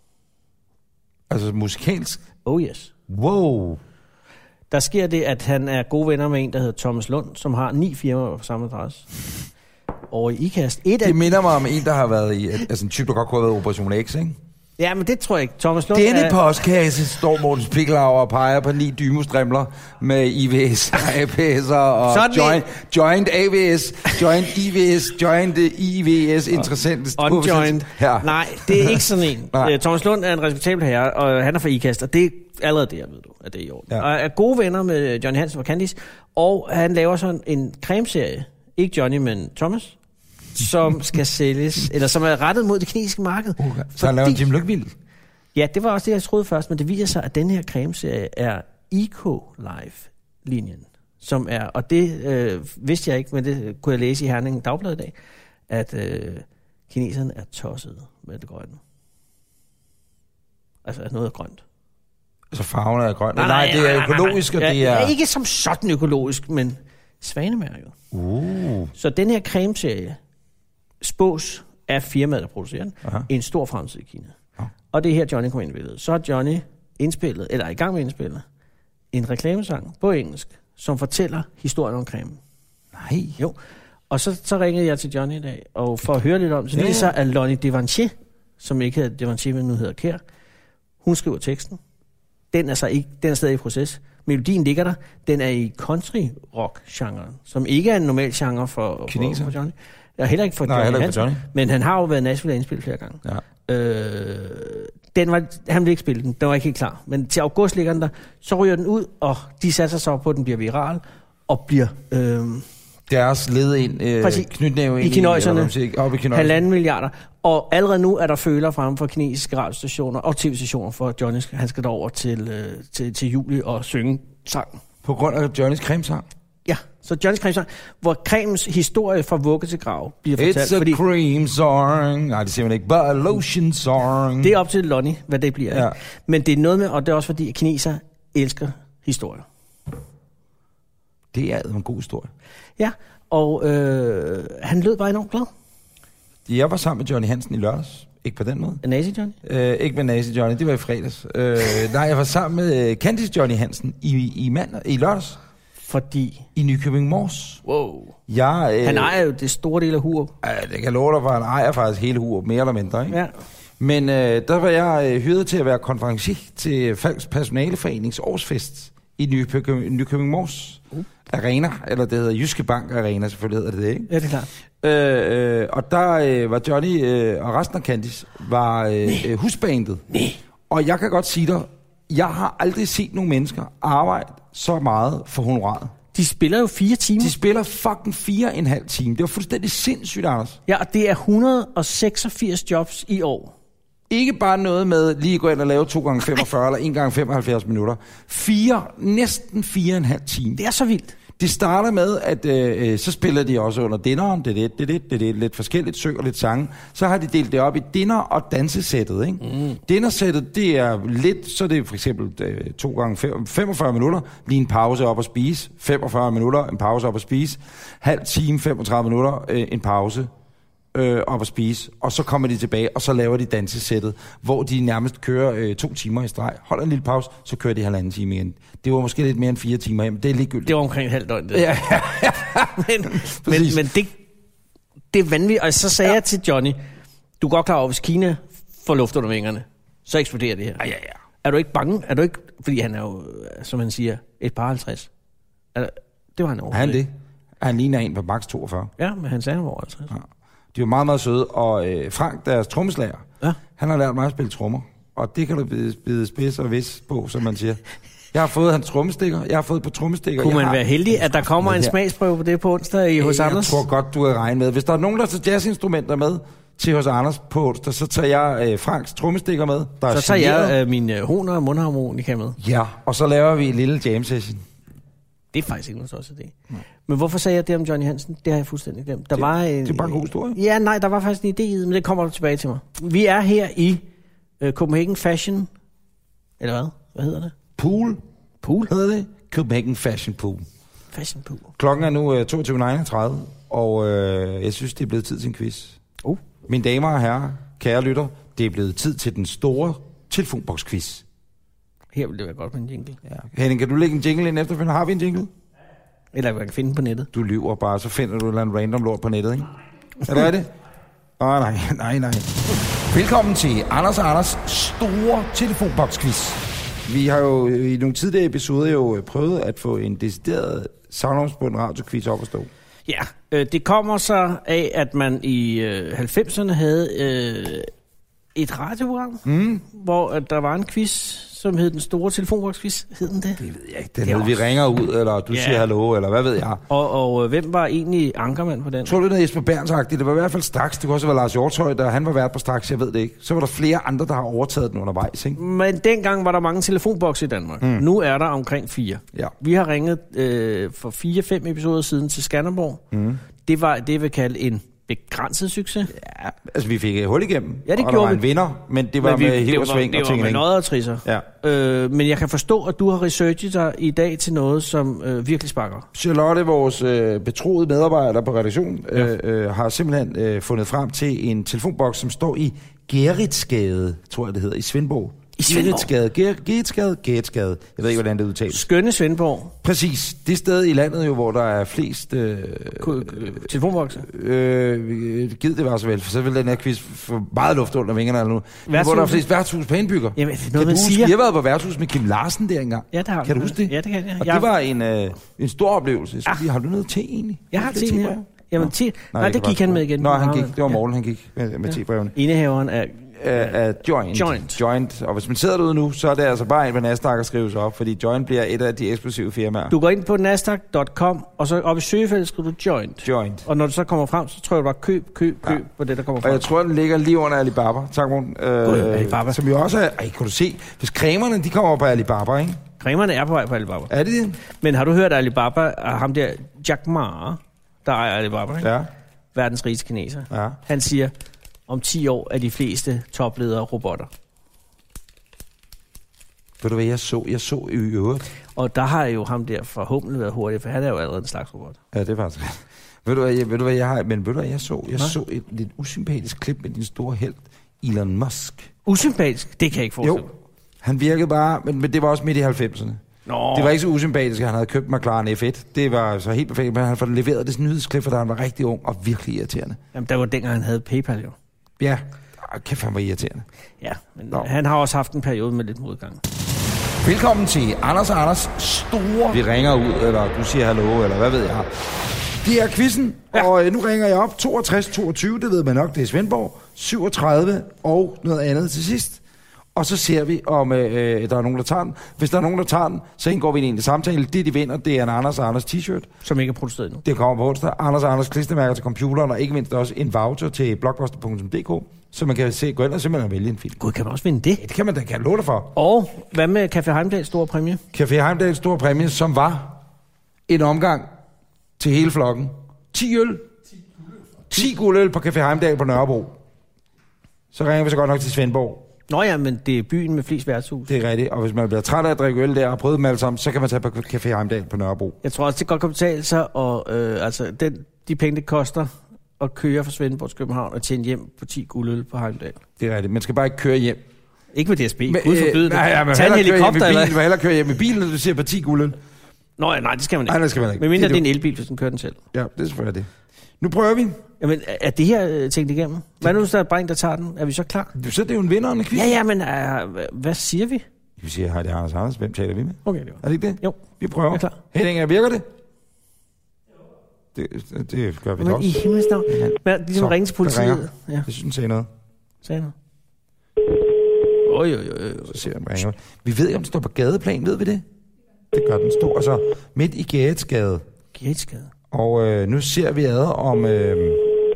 Altså musikalsk? Oh yes. Wow. Der sker det, at han er gode venner med en, der hedder Thomas Lund, som har ni firmaer på samme adresse. Og i IKAST. Et af... Det minder mig om en, der har været i, altså en type, der godt kunne have været i Operation X, ikke? Ja, men det tror jeg ikke. Thomas Lund Denne er... postkasse står Morten Spiegelhauer og peger på ni dymostrimler med I V S, A P S'er og Sådan joint, joint A V S, joint I V S, joint I V S, interessant. Unjoined. Ja. Nej, det er ikke sådan en. Nej. Øh, Thomas Lund er en respektabel herre, og han er fra IKAST, og det er allerede det, jeg ved du, at det er i orden. Ja. Og er gode venner med Johnny Hansen fra Candice, og han laver sådan en cremeserie, ikke Johnny, men Thomas, som skal sælges, eller som er rettet mod det kinesiske marked. Okay. Så han laver en Jim Lykkvild. Ja, det var også det, jeg troede først, men det viser sig, at den her cremeserie er Eco-Life-linjen, som er, og det øh, vidste jeg ikke, men det kunne jeg læse i Herning Dagblad i dag, at øh, kineserne er tossede med det grønne. Altså, at noget er grønt. Altså farven er grøn. Nej, nej, det er økologisk, og ja, det er... Ikke som sådan økologisk, men svanemærket. Uh. Så den her cremeserie spås af firmaet, der producerer den, Aha. en stor fremtid i Kina. Ja. Og det er her, Johnny kommer ind i billedet. Så har Johnny indspillet, eller er i gang med at indspille, en reklamesang på engelsk, som fortæller historien om cremen. Nej. Jo. Og så, så ringede jeg til Johnny i dag, og for at høre lidt om, så Ja. det viser sig, at Lonnie Devanchier, som ikke hedder Devanchier, men nu hedder Kjær, hun skriver teksten. Den er, så ikke, den er stadig i proces. Melodien ligger der. Den er i country-rock-genren, som ikke er en normal genre for, for, for Johnny. Og heller ikke for Nej, Johnny heller ikke Hansen. for Johnny. Men han har jo været Nashville og indspillet flere gange. Ja. Øh, den var, han ville ikke spille den. Den var ikke helt klar. Men til august ligger den der. Så ryger den ud, og de satser så på, at den bliver viral. Og bliver... Øh, Deres led ind, øh, knytnæve ind i kinøjserne, op i kinøjserne. halvanden milliarder. Og allerede nu er der føler frem for kinesiske radiostationer og tv-stationer for Johnny. Han skal derover til, øh, til, til juli og synge sang. På grund af Johnnys cremesang? Ja, så Johnnys cremesang, hvor cremens historie fra vugge til grav bliver fortalt. It's a fordi cream song. Nej, det siger man ikke. But a lotion song. Det er op til Lonnie, hvad det bliver. Ja. Ikke? Men det er noget med, og det er også fordi, at kinesere elsker historie. Det er en god historie. Ja, og øh, han lød bare enormt glad. Jeg var sammen med Johnny Hansen i lørdags. Ikke på den måde. Nazi Johnny? Øh, ikke med Nazi Johnny, det var i fredags. Øh, nej, jeg var sammen med uh, Candice Johnny Hansen i, i, mandag, i lørdags. Fordi? I Nykøbing Mors. Wow. Jeg, øh, han ejer jo det store del af Hurup. Øh, det kan love dig, for han ejer faktisk hele Hurup, mere eller mindre. Ikke? Ja. Men øh, der var jeg øh, hyret til at være konferencier til Falks Personaleforenings årsfest i Nykøbing, Nykøbing Mors uh. Arena, eller det hedder Jyske Bank Arena, selvfølgelig hedder det det, ikke? Ja, det er klart. Øh, øh, og der øh, var Johnny øh, og resten af Candice var øh, øh, husbandet. Nej. Og jeg kan godt sige dig, jeg har aldrig set nogen mennesker arbejde så meget for honoraret. De spiller jo fire timer. De spiller fucking fire og en halv time. Det var fuldstændig sindssygt, Anders. Ja, og det er et hundrede og seksogfirs jobs i år. Ikke bare noget med lige at gå ind og lave to gange femogfyrre eller en gange femoghalvfjerds minutter. Fire, næsten fire og en halv time. Det er så vildt. Det starter med, at øh, så spiller de også under dinneren, det er det, det, det, det, det, lidt forskelligt, synger lidt sange. Så har de delt det op i dinner- og dansesættet. Ikke? Mm. Dinnersættet, det er lidt, så det er for eksempel øh, to gange femogfyrre minutter, lige en pause op at spise, femogfyrre minutter, en pause op at spise, halv time, femogtredive minutter, øh, en pause øh, op at spise, og så kommer de tilbage, og så laver de dansesættet, hvor de nærmest kører øh, to timer i streg, holder en lille pause, så kører de halvanden time igen. Det var måske lidt mere end fire timer, men det er ligegyldigt. Det var omkring et halvt døgn, det. Ja, ja, ja. men, men, men det, det er vanvittigt. Og så sagde ja. jeg til Johnny, du er godt klar over, hvis Kina får luft under vingerne, så eksploderer det her. Ja, ja, ja. Er du ikke bange? Er du ikke, fordi han er jo, som han siger, et par halvtreds. Er, det var han over. Er han det? Han ligner en på max toogfyrre. Ja, men han sagde, han var over halvtreds. Ja. De var meget, meget søde, og øh, Frank, deres trommeslager, ja. han har lært mig at spille trommer, og det kan du bide, bide spids og vis på, som man siger. Jeg har fået hans trommestikker, jeg har fået på trommestikker. Kunne man har... være heldig, at der kommer en smagsprøve på det på onsdag i hos jeg Anders? Jeg tror godt, du kan regne med. Hvis der er nogen, der tager jazzinstrumenter med til hos Anders på onsdag, så tager jeg øh, Franks trommestikker med. Der så tager jeg øh, min øh, horn og mundharmonika med. Ja, og så laver vi en lille jam session. Det er faktisk ikke noget så idé. Mm. Men hvorfor sagde jeg det om Johnny Hansen? Det har jeg fuldstændig glemt. Der det, var en, det er bare en god historie. Ja, nej, der var faktisk en idé i det, men det kommer du tilbage til mig. Vi er her i uh, Copenhagen Fashion, eller hvad? Hvad hedder det? Pool. Pool? Hedder det? Copenhagen Fashion Pool. Fashion Pool. Klokken er nu uh, toogtyve niogtredive, og uh, jeg synes, det er blevet tid til en quiz. Uh. Mine damer og herrer, kære lytter, det er blevet tid til den store telefonboks-quiz. Her vil det være godt med en jingle. Ja. Henning, kan du lægge en jingle ind efterfølgende? Har vi en jingle? Eller jeg kan finde den på nettet. Du lyver bare, så finder du et eller andet random lort på nettet, ikke? Er det det? Åh, oh, nej, nej, nej. Velkommen til Anders og Anders store telefonboks-quiz. Vi har jo i nogle tidligere episoder jo prøvet at få en decideret savnomsbunden radioquiz op at stå. Ja, øh, det kommer så af, at man i øh, halvfemserne havde øh, et radioprogram, mm. hvor at der var en quiz, som hed den store telefonboks-quiz. Hed den det? Det ved jeg ikke. Den hed, vi ringer ud, eller du yeah. siger hallo, eller hvad ved jeg. Og, og øh, hvem var egentlig ankermand på den? Tror du, det er Jesper Bernsagtigt? Det var i hvert fald Straks. Det kunne også være Lars Hjortøj, der han var vært på Straks, jeg ved det ikke. Så var der flere andre, der har overtaget den undervejs, ikke? Men dengang var der mange telefonbokse i Danmark. Mm. Nu er der omkring fire. Ja. Vi har ringet øh, for fire-fem episoder siden til Skanderborg. Mm. Det var det, jeg vil kalde en begrænset succes. Ja, altså vi fik hul igennem, ja, det og gjorde der var en vi. vinder, men det var men vi, med hiv og sving det og ting. Det var med nødder og trisser. Ja. Øh, men jeg kan forstå, at du har researchet dig i dag til noget, som øh, virkelig sparker. Charlotte, vores øh, betroede medarbejder på redaktionen, ja. øh, øh, har simpelthen øh, fundet frem til en telefonboks, som står i Gerritsgade, tror jeg det hedder, i Svendborg. I Svendborg. Geretsgade, Geretsgade, Geretsgade. Jeg ved ikke, hvordan det udtales. Skønne Svendborg. Præcis. Det sted i landet jo, hvor der er flest... Øh, telefonbokser. Øh, Gid det var så vel, for så vil den her quiz få meget luft under vingerne eller nu. Hvor der er flest værtshus per indbygger. Jamen, det er noget, kan du man huske, siger. vi har været på værtshus med Kim Larsen der engang. Ja, det har Kan du huske det? Ja, det kan jeg. Og jeg det var en, øh, en stor oplevelse. Så Ah. har du noget te egentlig? Jeg har te her. Jamen, te. Nej, Nej, det gik han med igen. Nå, han gik. Det var Morten, han gik med, med ja. tebrevene. Indehaveren af... Af uh, Joint. Joint. Joint. Og hvis man sidder derude nu, så er det altså bare en på Nasdaq at skrive sig op, fordi Joint bliver et af de eksplosive firmaer. Du går ind på nasdaq punktum com, og så op i søgefeltet skriver du Joint. Joint. Og når du så kommer frem, så tror jeg bare køb, køb, køb ja. på det, der kommer frem. Og jeg tror, den ligger lige under Alibaba. Tak, Morten. Øh, Alibaba. Som jo også er... Ej, kan du se? Hvis cremerne, de kommer på Alibaba, ikke? Cremerne er på vej på Alibaba. Er det det? Men har du hørt, at Alibaba er ham der, Jack Ma, der ejer Alibaba, ikke? Ja. Verdens rigeste kineser. Ja. Han siger, om ti år er de fleste topledere robotter. Ved du hvad, jeg så? Jeg så i øvrigt. Og der har jo ham der forhåbentlig været hurtigt, for han er jo allerede en slags robot. Ja, det er faktisk ret. Ved du hvad, jeg, ved du hvad, jeg har... Men ved du hvad, jeg så? Jeg Nå? så et lidt usympatisk klip med din store held, Elon Musk. Usympatisk? Det kan jeg ikke forestille. Jo, han virkede bare... Men, men det var også midt i halvfemserne. Nå. Det var ikke så usympatisk, at han havde købt McLaren F et. Det var så helt perfekt, men han får leveret det nyhedsklip, for da han var rigtig ung og virkelig irriterende. Jamen, der var dengang, han havde PayPal jo. Ja, kæft, han var irriterende. Ja, men Nå. han har også haft en periode med lidt modgang. Velkommen til Anders og Anders store... Vi ringer ud, eller du siger hallo, eller hvad ved jeg. Det er quizzen, ja. Og nu ringer jeg op. toogtres toogtyve, det ved man nok, det er Svendborg. syvogtredive og noget andet til sidst. Og så ser vi, om øh, der er nogen, der tager den. Hvis der er nogen, der tager den, så indgår vi i en egentlig samtale. Det, de vinder, det er en Anders og Anders t-shirt. Som ikke er produceret endnu. Det kommer på onsdag. Anders og Anders klistermærker til computeren, og ikke mindst også en voucher til blockbuster punktum d k, så man kan se, gå ind og simpelthen vælge en film. Gud, kan man også vinde det? Ja, det kan man da, kan jeg love dig for. Og hvad med Café Heimdals store præmie? Café Heimdals store præmie, som var en omgang til hele flokken. ti øl. ti guldøl på Café Heimdal på Nørrebro. Så ringer vi så godt nok til Svendborg. Nå ja, men det er byen med flest værtshus. Det er rigtigt, og hvis man bliver træt af at drikke øl der og prøve dem alle sammen, så kan man tage på Café Heimdal på Nørrebro. Jeg tror også, det godt kan betale sig, og øh, altså, den, de penge, det koster at køre fra Svendborg til København og tjene hjem på ti guldøl på Heimdal. Det er rigtigt, man skal bare ikke køre hjem. Ikke med D S B, Gud forbyde det. Nej, ja, men tag en helikopter, eller? Du må hellere køre hjem i bilen, når du siger på ti guldøl. Nå ja, nej, det skal man ikke. Nej, det skal man ikke. Men mindre det, det er en elbil, hvis den kører den selv. Ja, det er selvfølgelig det. Nu prøver vi. Jamen, er det her tænkt igennem? Hvad nu, hvis der er bare en, der tager den? Er vi så klar? Du så det er jo en vinder af quiz. Ja, ja, men uh, hvad siger vi? Vi siger, hej, det er Anders Anders. Hvem taler vi med? Okay, det var. Er det ikke det? Jo. Vi prøver. Jeg er klar. Henning, virker det? Det, det gør vi men også. i himlens navn. Ja. Men ligesom ringe til politiet. Ja. Jeg synes, den sagde noget. Sagde noget. Oj, oj, oj, oj. Så ser den ringer. Vi ved ikke, om den står på gadeplan. Ved vi det? Det gør den. Står altså midt i Geretsgade. Geretsgade. Og øh, nu ser vi ad om... Øh,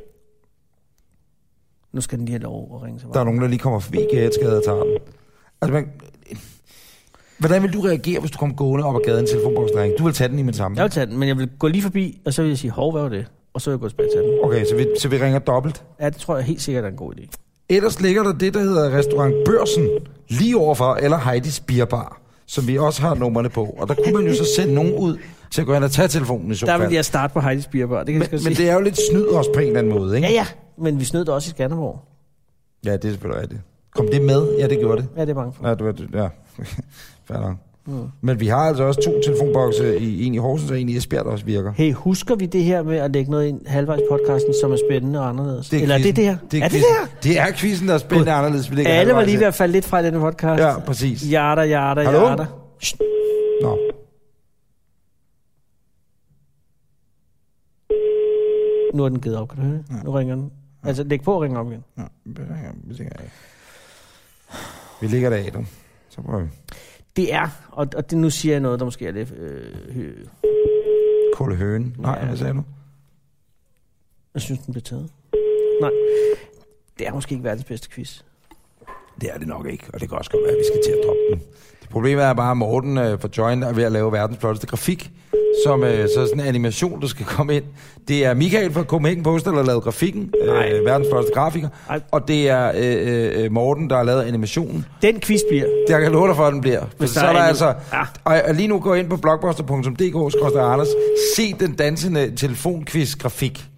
nu skal den lige have lov at ringe sig. Der er nogen, der lige kommer forbi Geretsgade og tager den. Altså, man, hvordan vil du reagere, hvis du kom gående op ad gaden til telefonboksdreng? Du vil tage den i med det samme? Jeg vil tage den, men jeg vil gå lige forbi, og så vil jeg sige, hov, hvad var det? Og så vil jeg gå tilbage til den. Okay, så vi, så vi ringer dobbelt? Ja, det tror jeg helt sikkert er en god idé. Ellers ligger der det, der hedder Restaurant Børsen, lige overfor, eller Heidis Bierbar, som vi også har numrene på. Og der kunne man jo så sende nogen ud til at gå hen og tage telefonen i så fald. Der vil jeg starte på Heidis Bierbar, det kan men, jeg men det er jo lidt snyd også på en eller anden måde, ikke? Ja, ja, men vi snød det også i Skanderborg. Ja, det er selvfølgelig rigtigt. Kom det med? Ja, det gjorde det. Ja, det er bange for. Ja, det var det. Ja, fair nok. Mm. Men vi har altså også to telefonbokse, i, en i Horsens og en i Esbjerg, der også virker. Hey, husker vi det her med at lægge noget ind halvvejs podcasten, som er spændende og anderledes? Det er Eller er det det her? Det er, er det det her? Det er quizzen, der er spændende og anderledes. Vi alle var lige ved at falde lidt fra i denne podcast. Ja, præcis. Hjarter, hjarter, Hallo? hjarter. Nå. Nu er den givet op, kan du høre? Ja. Nu ringer den. Altså, læg på og ring op igen. Ja, vi ringer, vi ringer af. Vi ligger der af, du. Så prøver vi. Det er, og, og det, nu siger jeg noget, der måske er lidt... Øh, hø... Kolde høen. Nej, ja, hvad sagde du? Jeg synes, den blev taget. Nej, det er måske ikke verdens bedste quiz. Det er det nok ikke, og det kan også godt være, at vi skal til at droppe den. Det problemet er bare, at Morten øh, for Joint er ved at lave verdens flotteste grafik, som øh, så sådan en animation, der skal komme ind. Det er Michael fra Copenhagen Poster, der har lavet grafikken, øh, verdens flotteste grafiker, Ej. og det er øh, øh, Morten, der har lavet animationen. Den quiz bliver. Det jeg kan love dig for, at den bliver. For så er der altså... Ja. Og, og lige nu gå ind på blockbuster punktum d k skråstreg Anders, se den dansende telefonquiz-grafik.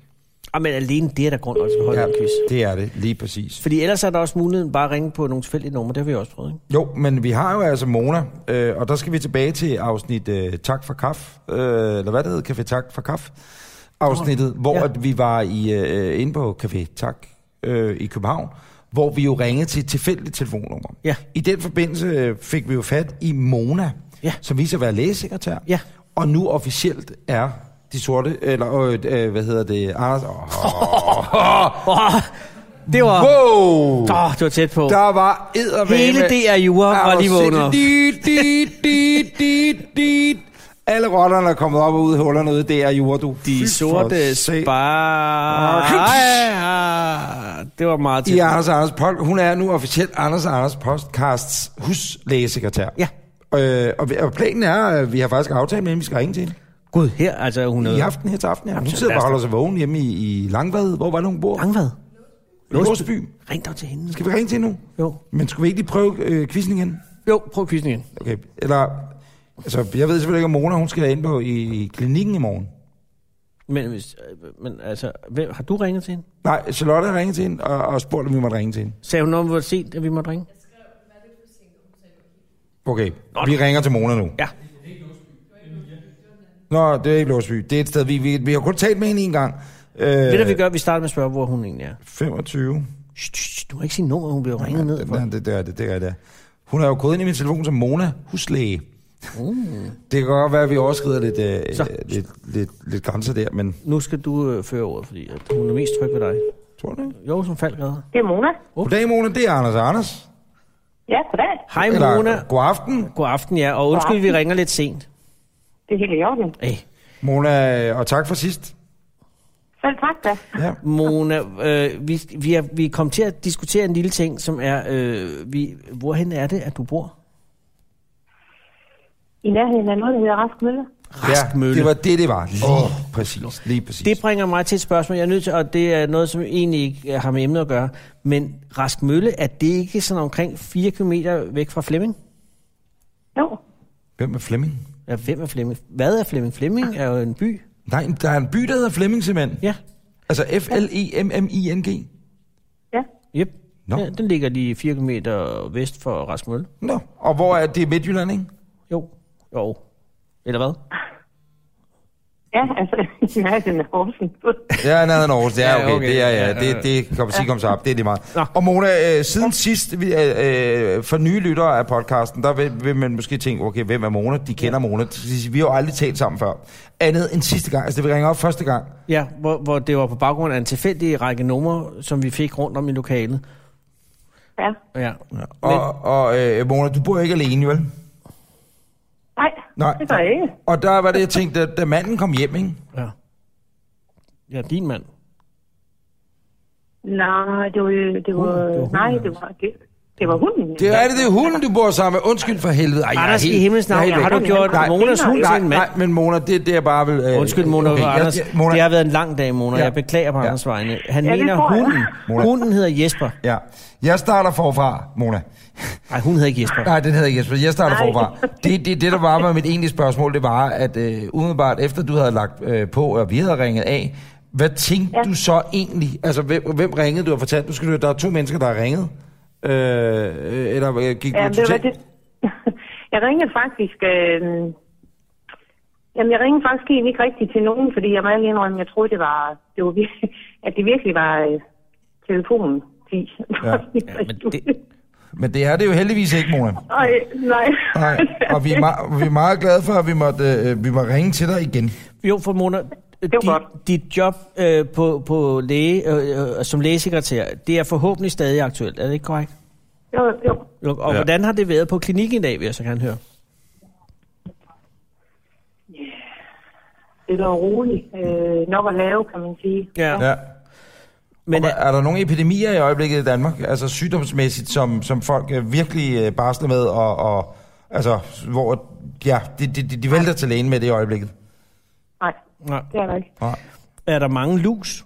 Ah, men alene det er der grund til at holde Ja, en quiz. det er det, lige præcis. Fordi ellers er der også muligheden bare at ringe på nogle tilfældige numre. Det har vi også prøvet, ikke? Jo, men vi har jo altså Mona, øh, og der skal vi tilbage til afsnit øh, Tak for kaffe, øh, eller hvad det hedder, Café Tak for kaffe, afsnittet, hvor Ja. at vi var i, øh, inde på Café Tak øh, i København, hvor vi jo ringede til et tilfældigt telefonnummer. Ja. I den forbindelse øh, fik vi jo fat i Mona, Ja. som viser at være lægesekretær, Ja. og nu officielt er de sorte, eller øh, øh, hvad hedder det, Anders... Oh, Oh, det var... wow! Oh, det var tæt på. Der var eddermame... Hele det er jura var lige vågnet op. Dit, dit, dit, dit, dit. Alle rotterne er kommet op og ud i hullerne ude, det er jura, du. De Fy sorte for sag. spar... Det var meget tæt I på. Anders og Anders pod- hun er nu officielt Anders og Anders podcasts huslægesekretær. Ja. Øh, og, vi- og planen er, at vi har faktisk aftalt med hende, vi skal ringe til hende. Gud, her, altså hun er... I aften her til aften, ja. Hun Jamen, sidder lad os bare og da- holder sig vågen hjemme i, i Langvad. Hvor var det, hun bor? Langvad. Låsby. Ring dog til hende. Skal vi ringe til hende nu? Jo. Men skulle vi ikke lige prøve øh, quizzen igen? Jo, prøv quizzen igen. Okay, eller... Altså, jeg ved selvfølgelig ikke, om Mona, hun skal ind på i, i klinikken i morgen. Men, hvis, øh, men altså, hvem, har du ringet til hende? Nej, Charlotte har ringet til hende og, og spurgt, om vi måtte ringe til hende. Sagde hun, når vi var sent, at vi måtte ringe? Okay, vi ringer til Mona nu. Ja. Nå, det er ikke Låsby. Det er et sted, vi, vi, vi har kun talt med hende en gang. Øh, Ved du, vi gør? Vi starter med at spørge, hvor hun egentlig er. femogtyve. Shh, shh, du må ikke sige nummer, hun bliver ringet ned for. Ja, det, det er det, det er det. Hun har jo kodet ind i min telefon som Mona Huslæge. Uh. Det kan godt være, at vi overskrider lidt, øh, Så. lidt, lidt, lidt grænser der, men Nu skal du øh, føre ordet, fordi at hun er mest tryg ved dig. tror du det? Jo, som faldt redder. Det er Mona. Goddag, Mona. Det er Anders og Anders. Ja, goddag. Hej Eller, Mona. god aften. God aften, ja. Og undskyld, vi ringer lidt sent. Det er helt i orden. Hey. Mona, og tak for sidst. Selv tak da. Ja. Mona, øh, vi, vi, er, vi er kommet til at diskutere en lille ting, som er, øh, vi, hvorhen er det, at du bor? I nærheden af noget, der hedder Rask Mølle. Rask Mølle. Ja, det var det, det var. Lige oh, præcis, lige præcis. Det bringer mig til et spørgsmål, jeg er nødt til, og det er noget, som egentlig ikke har med emnet at gøre. Men Rask Mølle, er det ikke sådan omkring fire kilometer væk fra Flemming? Jo. Hvem er Flemming? Ja, hvem er Flemming? Hvad er Flemming? Flemming er jo en by. Nej, der er en by, der hedder Flemming, simpelthen. Ja. Altså F L E M M I N G. Ja. Yep. Nå. Ja, den ligger lige fire kilometer vest for Rask Mølle. Nå, og hvor er det? Midtjylland, ikke? Jo. Jo. Eller hvad? Ja, altså, i nærheden af Horsens. Ja, nede i Aarhus. Ja, Ja, okay. okay. Det er, ja. Ja, Det, det kan sige, kom så op. Det er lige meget. Nå. Og Mona, øh, siden sidst, vi, øh, øh, for nye lyttere af podcasten, der vil, vil man måske tænke, okay, hvem er Mona? De kender Mona. Vi har jo aldrig talt sammen før. Andet end sidste gang. Altså, det vi ringer op første gang. Ja, hvor, hvor det var på baggrund af en tilfældig række numre, som vi fik rundt om i lokalet. Ja. Ja. Ja. Og, og øh, Mona, du bor ikke alene, vel? Nej, Nej. det gør jeg ikke. Og der var det, jeg tænkte, da, da manden kom hjem, ikke? Ja. Ja, din mand. Nej, det var jo... Det var, Hunden, det var nej, hunden, det var, det, det var hunden. Det er det, det er hunden, du bor sammen med. Undskyld for helvede. Ej, jeg er Anders, helt- i himlens navn, jeg er helt har du væk. gjort Nej, Monas hund nej, til en mand? nej, men Mona, det, det er bare vel... Øh, Undskyld, Mona okay, og jeg- Anders. jeg- Mona, Det har været en lang dag, Mona. Ja. Jeg beklager på Ja. Anders vegne. Han Ja, det mener tror jeg. hunden. Mona. Hunden hedder Jesper. Ja, jeg starter forfra, Mona. Nej, hun hedder ikke Jesper. Nej, den hedder ikke Jesper. Jeg starter Nej. forfra. Det, det, det, der var med mit egentlige spørgsmål, det var, at øh, umiddelbart efter du havde lagt øh, på, og vi havde ringet af, hvad tænkte Ja. du så egentlig? Altså, hvem, hvem ringede du og fortalte? Du skal, der er to mennesker, der har ringet. Øh, øh, eller øh, gik Ja, du det var totalt... det. Jeg ringede faktisk... Øh, jamen, jeg ringede faktisk egentlig ikke rigtigt til nogen, fordi jeg må ærlig indrømme, jeg troede, det var, det var virkelig, at det virkelig var øh, telefonen. Ja. Ja, men det, Men det er det jo heldigvis ikke, Mona. Ej, nej. Nej, og vi er, meget, vi er meget glade for, at vi måtte, øh, vi må ringe til dig igen. jo, for Mona, var dit, godt. dit job øh, på, på læge, øh, øh, som lægesekretær, det er forhåbentlig stadig aktuelt. Er det ikke korrekt? Jo, jo. Jo, og Ja. ja. Hvordan har det været på klinikken i dag, vil jeg så gerne høre? Det er roligt. Øh, nok at lave, kan man sige. Ja. Ja. Men Men er, er, er der nogle epidemier i øjeblikket i Danmark, altså sygdomsmæssigt, som, som folk øh, virkelig øh, barsler med, og, og altså, hvor ja, de, de, de, de vælter til lægen med det i øjeblikket? Nej, nej, det er der ikke. Nej. er der mange lus?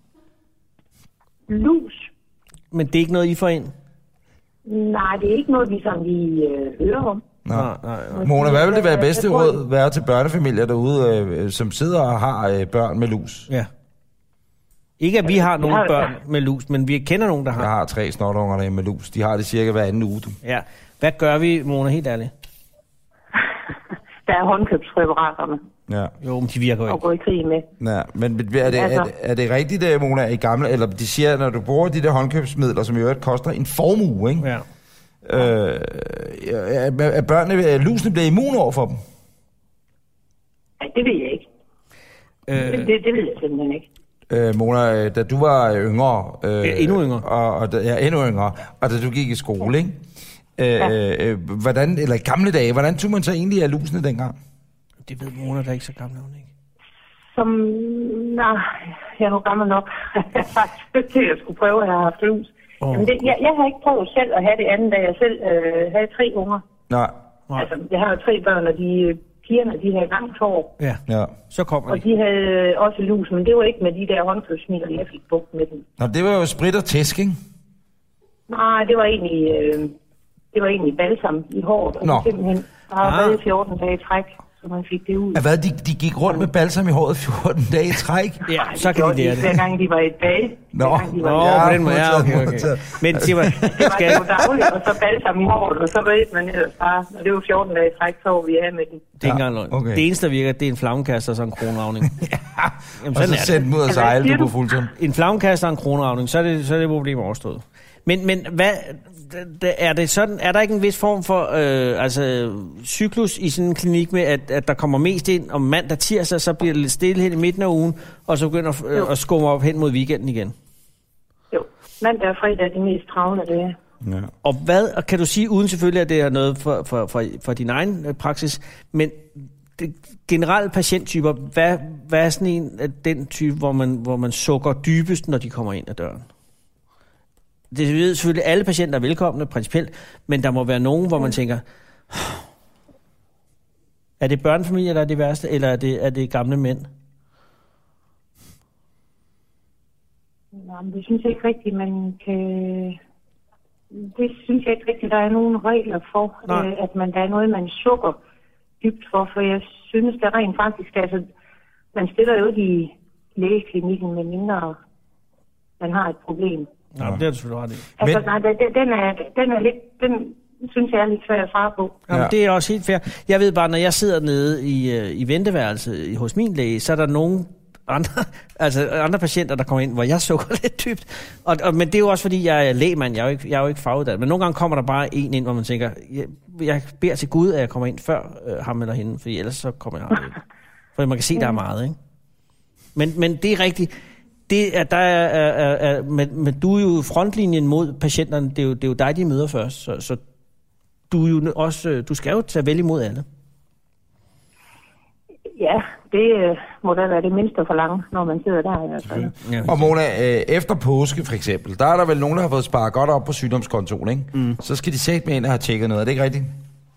Lus? Men det er ikke noget, I får ind? Nej, det er ikke noget, vi sådan lige øh, hører om. Nå. Nej, nej, nej. Mona, hvad vil det være Jeg bedste tror- råd være til børnefamilier derude, øh, som sidder og har øh, børn med lus? Ja. Ikke at vi har Jeg nogle har- børn med lus, men vi kender nogen, der har. Jeg har tre snotunger der med lus. De har det cirka hver anden uge. Du. Ja. Hvad gør vi, Mona, helt ærligt? Der er håndkøbspræparaterne Ja. Jo, men de virker jo at ikke. gå i krig med. Ja, men er det, Altså- er, det, er det rigtigt, at Mona, i gamle, eller de siger, når du bruger de der håndkøbsmidler, som i øvrigt koster en formue, ikke? Ja. Øh, er, er børnene, er lusene bliver immun over for dem? Ja, det ved jeg ikke. Øh, Det, det ved jeg simpelthen ikke. Øh, Mona, da du var yngre... Øh, Ja, endnu yngre. Og, og, da- ja, endnu yngre. Og da du gik i skole, ikke? Øh, Ja. øh, hvordan, eller i gamle dage, hvordan tog man så egentlig af lusene dengang? det ved Mona, der er ikke så gammel, er hun ikke? Som, nej, jeg er nu gammel nok. Faktisk til at skulle prøve, at jeg har haft lus. Åh. Jamen det, jeg, jeg har ikke prøvet selv at have det andet, da jeg selv øh, havde tre unger. Nej, Nej. Altså, jeg har jo tre børn, og de pigerne, de havde langt hår. Ja, ja. så kommer Og de. de havde også lus, men det var ikke med de der håndkøbsmidler, jeg fik bugt med dem. Nå, det var jo sprit og tæsk, ikke? Nej, det var egentlig, øh, det var egentlig balsam i håret. Og Nå. det simpelthen bare Ah. været fjorten dage i træk, så man fik det ud. At hvad, de, de gik rundt med balsam i håret fjorten dage i træk? Ja, Ej, så det kan gjorde de lære de, hver det. gang de var i bag. Nå. Hver gang de var Nå, i Ja, på den måde, ja, okay, okay. modtaget. Men sig mig, Det var skal, jo dagligt, og så balsam i håret, og så ved man ellers bare, og det var fjorten dage i træk, så var vi af med den. det er ikke engang løgn. okay. Det eneste, der virker, det er en flammekaster og så en kronravning. Jamen, Og sådan så er sendte dem ud af Altså, sejle, siger du på du? fuldtid. En flammekaster og en kronravning, så er det, så er det problem overstået. Men, men hvad, er det sådan, er der ikke en vis form for øh, altså, cyklus i sådan en klinik med, at, at der kommer mest ind om mandag tirsdag, så bliver det lidt stille hen i midten af ugen, og så begynder øh, at skumme op hen mod weekenden igen? Jo, mandag og fredag er de mest travle, det er. Ja. Og hvad, og kan du sige, uden selvfølgelig, at det er noget for, for, for, for din egen øh, praksis, men det, generelle patienttyper, hvad, hvad er sådan en af den type, hvor man, hvor man sukker dybest, når de kommer ind ad døren? Det ved selvfølgelig, alle patienter er velkomne, principielt, men der må være nogen, hvor man tænker, er det børnefamilier, der er det værste, eller er det, er det gamle mænd? Nå, men det synes jeg ikke rigtigt, man kan... Det synes jeg ikke rigtigt, der er nogen regler for, Nej. øh, at man, der er noget, man sukker dybt for, for jeg synes, der rent faktisk, altså, man stiller jo ikke i lægeklinikken, med mindre man har et problem. Nej, det er du selvfølgelig ret i. Altså, Men- nej, den, den, er, den er lidt, den synes jeg er lidt svær at svare på. Jamen, Ja. det er også helt fair. Jeg ved bare, når jeg sidder nede i, øh, i venteværelset hos min læge, så er der nogle andre, altså andre patienter, der kommer ind, hvor jeg sukker lidt dybt. Og, og, men det er jo også, fordi jeg er lægmand. Jeg er jo ikke, jeg er jo ikke faguddannet. Men nogle gange kommer der bare en ind, hvor man tænker, jeg, jeg beder til Gud, at jeg kommer ind før øh, ham eller hende, fordi ellers så kommer jeg aldrig ind. For man kan se, der er meget, ikke? Men, men det er rigtigt. Det er, der er, er, er, er men, men du er jo frontlinjen mod patienterne. Det er jo, det er jo dig, de møder først. Så, så du, er jo også, du skal jo tage vel imod alle. Ja, det øh, må da være det mindste for langt, når man sidder der i hvert fald. Ja. Og Mona, øh, efter påske for eksempel, der er der vel nogen, der har fået sparet godt op på sygdomskontoen, ikke? Mm. Så skal de sætte med ind og have tjekket noget, er det ikke rigtigt?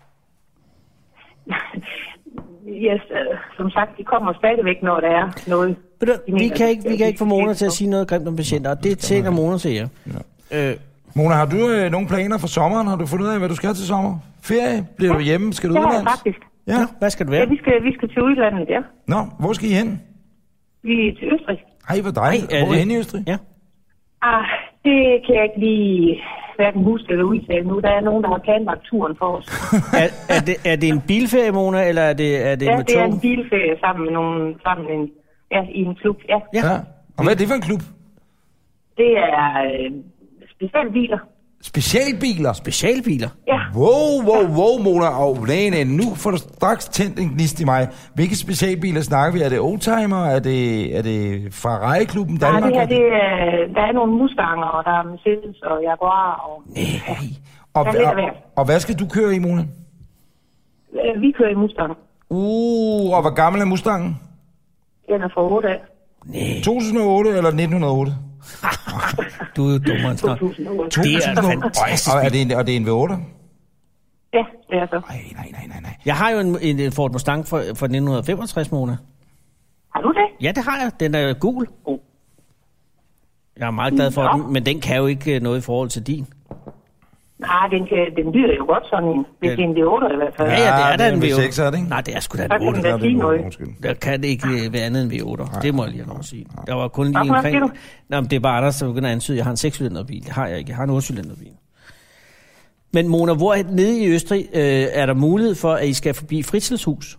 Yes, øh, som sagt, de kommer stadigvæk, når der er noget. Ved du, de vi mener, kan ikke, vi kan ikke få Mona de- til at sige noget grimt om patienter, og det tjener Mona til jer. Ja. Øh, Mona, har du øh, nogle planer for sommeren? Har du fundet ud af, hvad du skal til sommer? Ferie? Bliver du hjemme? Skal du Det har jeg udlands? faktisk. Ja. ja, hvad skal det Ja, være? vi skal, vi skal til udlandet, ja. Nå, hvor skal I hen? Vi er til Østrig. Ej, hvor dejligt. Ej, er Hvor det- hen i Østrig? Ja. Ah, det kan jeg ikke lige hverken huske eller udtale nu. Der er nogen, der har planlagt turen for os. Er, er, det, er det en bilferie, Mona, eller er det, er det Ja, med det er tog? en bilferie sammen med nogen, sammen med en, ja, i en klub, ja. Ja. Ja. Og hvad er det for en klub? Det er øh, specialbiler. Specialbiler? Specialbiler? Ja, Wow, wow, wow, Mona. Og nej, nej, nu får du straks tændt en gnist i mig. Hvilke specialbiler snakker vi? Er det Oldtimer? Er det, er det Ferrari-klubben nej, Danmark? det her, det er, der er nogle Mustanger, og der er Mercedes og Jaguar. Og, Nej. Og, Der er lidt af og, hvert. og hvad skal du køre i, Mona? øh, vi kører i Mustang. Uh, og hvor gammel er Mustangen? Den er fra otte af. to tusind og otte eller nitten nul otte? Du er jo dummer end snart. to tusind og otte. Det er to tusind og otte. fantastisk. Og er det en, og det er en V otte? Ja, det er så. Nej, nej, nej, nej, nej. Jeg har jo en, en, en Ford Mustang fra, fra nitten femogtres, Mona. Har du det? Ja, det har jeg. Den er gul. Oh. Jeg er meget glad for Nå. den, men den kan jo ikke øh, noget i forhold til din. Nej, Ah, den, kan, den lyder jo godt sådan en. Hvis det er en V otte i hvert fald. Ja, ja, det er da en V V otte. seks, er det ikke? Nej, det er sgu da Der en kan V otte. den da sige noget. Der kan det ikke øh, være andet end V otte. Det må jeg lige have lov at sige. Jeg var kun lige Hvad omkring... siger du? Nå, men det er bare Anders, der begynder at antyde, at jeg har en sekscylindret bil. Det har jeg ikke. Jeg har en otte-cylindret bil. Men Mona, hvor nede i Østrig øh, er der mulighed for, at I skal forbi Fritzlshus?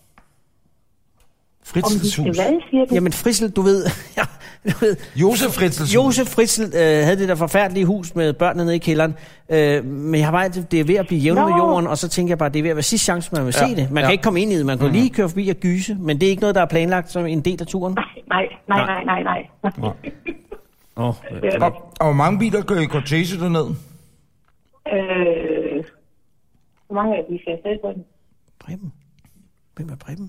Om vi skal Fritzlshus. hvad, siger du? Jamen Fritzl, du ved... ja, du ved Josef Fritzlshus. Josef Fritzl øh, havde det der forfærdelige hus med børnene nede i kælderen. Øh, men jeg har bare, det er ved at blive jævnet med jorden, og så tænker jeg bare, det er ved at være sidste chance, man vil ja. se det. Man ja. kan ikke komme ind i det. Man kan mm-hmm. lige køre forbi og gyse, men det er ikke noget, der er planlagt som en del af turen. Nej, nej, nej, nej, nej. nej. Oh, Det er det. Og, og hvor mange biler kører i cortege derned? Øh, hvor mange af de skal afsted på den? Preben. Hvem er Preben?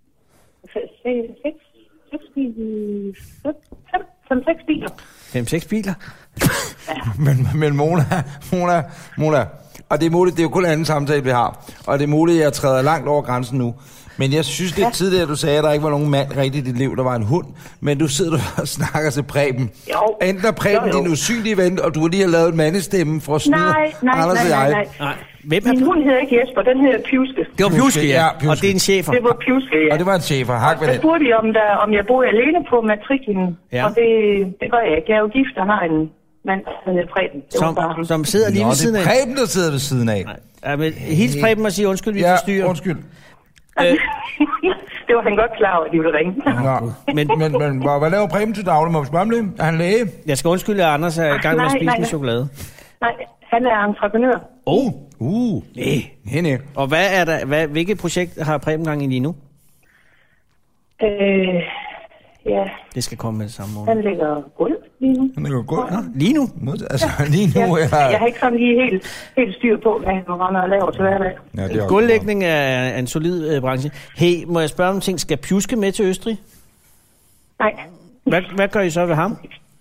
Seks, seks biler. Fem, fem, seks biler. Fem, seks biler? Men, men Mona, Mona, Mona, og det er muligt, det er jo kun anden samtale, vi har, og det er muligt, at jeg træder langt over grænsen nu. Men jeg synes, det er tidligere, at du sagde, at der ikke var nogen mand rigtigt i dit liv, der var en hund. Men du sidder og snakker til Preben. Jo. Enten er Preben Jo, jo. din usynlige ven, og du lige har lavet en mandestemme for at snyde Nej, nej, Anders nej, og jeg. nej, nej. Nej. Hvem er Min hund hedder ikke Jesper, den hedder Pjuske. Det var Pjuske, ja. Ja, Pjuske. Og det er en chefer. Det var Pjuske, ja. Og det var en chefer. Hak ved Så den. spurgte de, om, der, om jeg boede alene på matriklen. Ja. Og det, det gør jeg ikke. Jeg er jo gift og har en mand, der hedder Preben. Det var Som, bare ham. som sidder lige Nå, ved det siden er af. Preben, der sidder ved siden af. Nej. Ja, men hils Preben og sige undskyld, vi Ja, forstyrrer. undskyld. Øh, Det var han godt klar over, at de ville ringe. Nå. men Men, men hvad, hvad laver Preben til daglig? Må vi spørge om det? Er han læge? jeg skal undskylde, at Anders er i gang med at Nej, spise nej, med nej. chokolade. Nej, han er entreprenør. Oh, Uh, nej. hende. Og hvad er der, hvad, hvilket projekt har Preben gang i lige nu? Øh, ja, Det skal komme med det samme morgen. han ligger gulv lige nu. Han er jo god. Nå, lige nu? Mod- Altså, lige nu Ja, er... jeg har ikke sådan lige helt, helt styr på, hvad han render og laver til hverdag. Ja, det er også Gulvlægning er er en solid øh, branche. Hey, må jeg spørge om en ting? Skal Pjuske med til Østrig? Nej, Hvad, hvad gør I så ved ham?